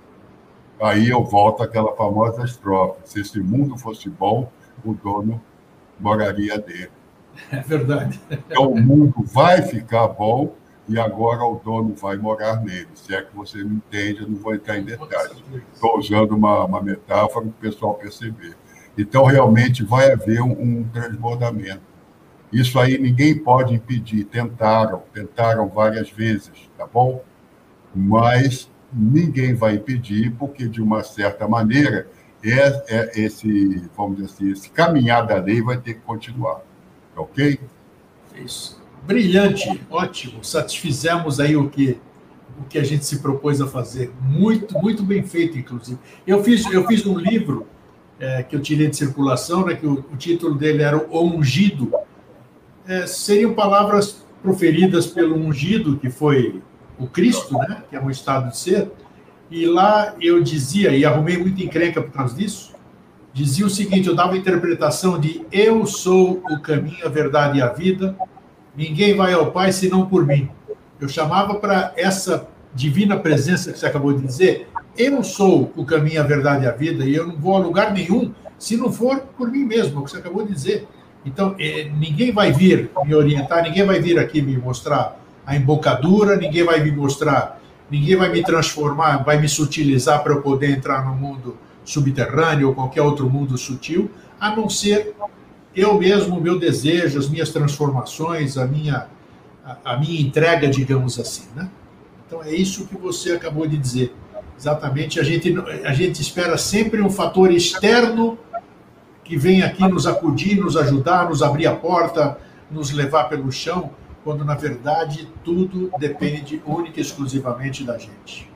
Aí eu volto àquela famosa estrofe: se esse mundo fosse bom, o dono moraria dele. É verdade. Então, o mundo vai ficar bom e agora o dono vai morar nele. Se é que você não entende, eu não vou entrar em detalhes. Estou usando uma, uma metáfora para o pessoal perceber. Então, realmente, vai haver um, um transbordamento. Isso aí ninguém pode impedir. Tentaram, tentaram várias vezes, tá bom? Mas ninguém vai impedir, porque, de uma certa maneira, é, é esse, vamos dizer assim, esse caminhar da lei vai ter que continuar. Ok? Isso. Brilhante, ótimo. Satisfizemos aí o que, o que a gente se propôs a fazer. Muito, muito bem feito, inclusive. Eu fiz, eu fiz um livro é, que eu tirei de circulação, né, que o, o título dele era O Ungido. É, seriam palavras proferidas pelo ungido, que foi o Cristo, né, que é um estado de ser. E lá eu dizia, e arrumei muita encrenca por causa disso, dizia o seguinte: eu dava a interpretação de eu sou o caminho, a verdade e a vida, ninguém vai ao Pai senão por mim. Eu chamava para essa divina presença que você acabou de dizer: eu sou o caminho, a verdade e a vida, e eu não vou a lugar nenhum se não for por mim mesmo, é o que você acabou de dizer. Então, eh, ninguém vai vir me orientar, ninguém vai vir aqui me mostrar a embocadura, ninguém vai me mostrar, ninguém vai me transformar, vai me sutilizar para eu poder entrar no mundo subterrâneo ou qualquer outro mundo sutil, a não ser eu mesmo, o meu desejo, as minhas transformações, a minha, a, a minha entrega, digamos assim, né? Então, é isso que você acabou de dizer. Exatamente, a gente, a gente espera sempre um fator externo que vem aqui nos acudir, nos ajudar, nos abrir a porta, nos levar pelo chão, quando, na verdade, tudo depende única e exclusivamente da gente.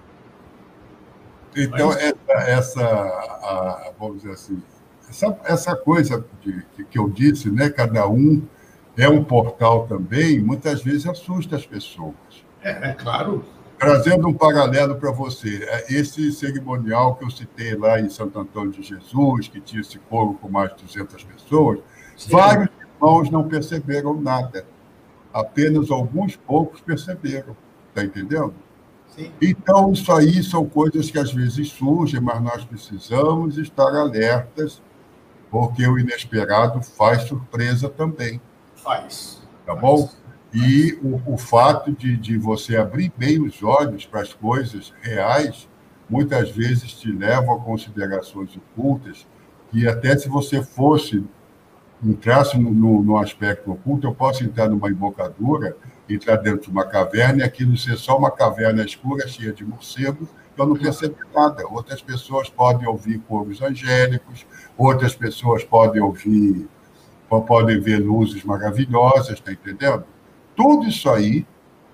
Então, essa, essa a, vamos dizer assim, essa, essa coisa de, que, que eu disse, né, cada um é um portal também, muitas vezes assusta as pessoas. É, é claro. Trazendo um paralelo para você, esse cerimonial que eu citei lá em Santo Antônio de Jesus, que tinha esse coro com mais de duzentas pessoas, sim, vários irmãos não perceberam nada. Apenas alguns poucos perceberam. Está entendendo? Sim. Então, isso aí são coisas que às vezes surgem, mas nós precisamos estar alertas, porque o inesperado faz surpresa também. Faz. Tá faz. bom? E o, o fato de, de você abrir bem os olhos para as coisas reais, muitas vezes te leva a considerações ocultas, que até se você fosse, entrasse no, no, no aspecto oculto, eu posso entrar numa embocadura, entrar dentro de uma caverna e aquilo ser só uma caverna escura, cheia de morcegos, eu não percebo nada. Outras pessoas podem ouvir coros angélicos, outras pessoas podem ouvir, podem ver luzes maravilhosas, está entendendo? Tudo isso aí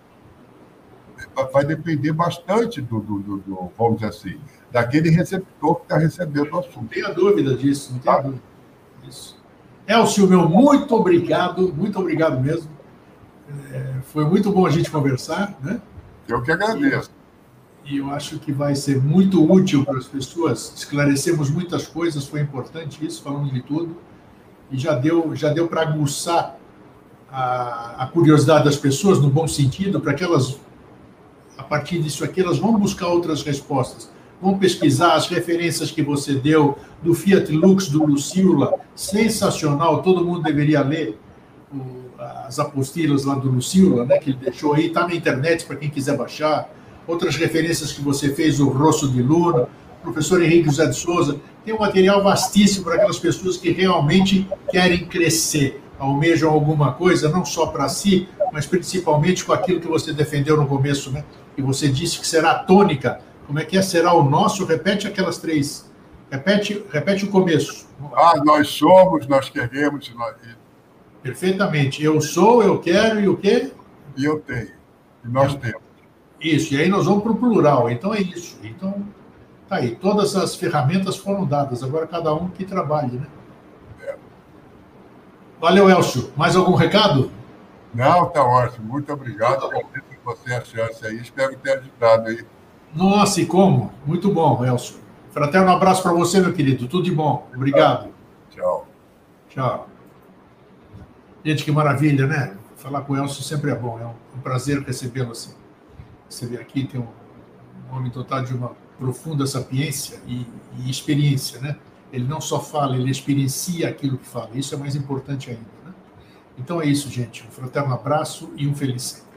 vai depender bastante do, do, do, do, vamos dizer assim, daquele receptor que está recebendo o assunto. Não tenha dúvida disso, não tenha ah. dúvida disso. Elcio, meu, muito obrigado, muito obrigado mesmo. É, foi muito bom a gente conversar, né? Eu que agradeço. E, e eu acho que vai ser muito útil para as pessoas. Esclarecemos muitas coisas, foi importante isso, falamos de tudo. E já deu, já deu para aguçar a, a curiosidade das pessoas, no bom sentido, para que elas partir disso aqui, elas vão buscar outras respostas. Vão pesquisar as referências que você deu, do Fiat Lux, do Luciola, sensacional, todo mundo deveria ler o, as apostilas lá do Luciola, né, que ele deixou aí, está na internet para quem quiser baixar. Outras referências que você fez, o Rosso de Luna, o professor Henrique José de Souza, tem um material vastíssimo para aquelas pessoas que realmente querem crescer, almejam alguma coisa, não só para si, mas principalmente com aquilo que você defendeu no começo, né? E você disse que será a tônica. Como é que é? Será o nosso? Repete aquelas três. Repete, repete o começo. Ah, nós somos, nós queremos. Nós... Perfeitamente. Eu sou, eu quero e o quê? E eu tenho. E nós eu... temos. Isso. E aí nós vamos para o plural. Então é isso. Então, tá aí. Todas as ferramentas foram dadas. Agora cada um que trabalhe, né? É. Valeu, Elcio. Mais algum recado? Não, tá ótimo. Muito obrigado. Agradeço por você a chance aí. Espero ter ajudado aí. Nossa, e como? Muito bom, Elcio. Fraterno abraço para você, meu querido. Tudo de bom. Obrigado. Tchau. Tchau. Gente, que maravilha, né? Falar com o Elcio sempre é bom. É um prazer recebê-lo assim. Você vê aqui, tem um, um homem total de uma profunda sapiência e, e experiência, né? Ele não só fala, ele experiencia aquilo que fala. Isso é mais importante ainda, né? Então é isso, gente. Um fraterno abraço e um feliz sempre.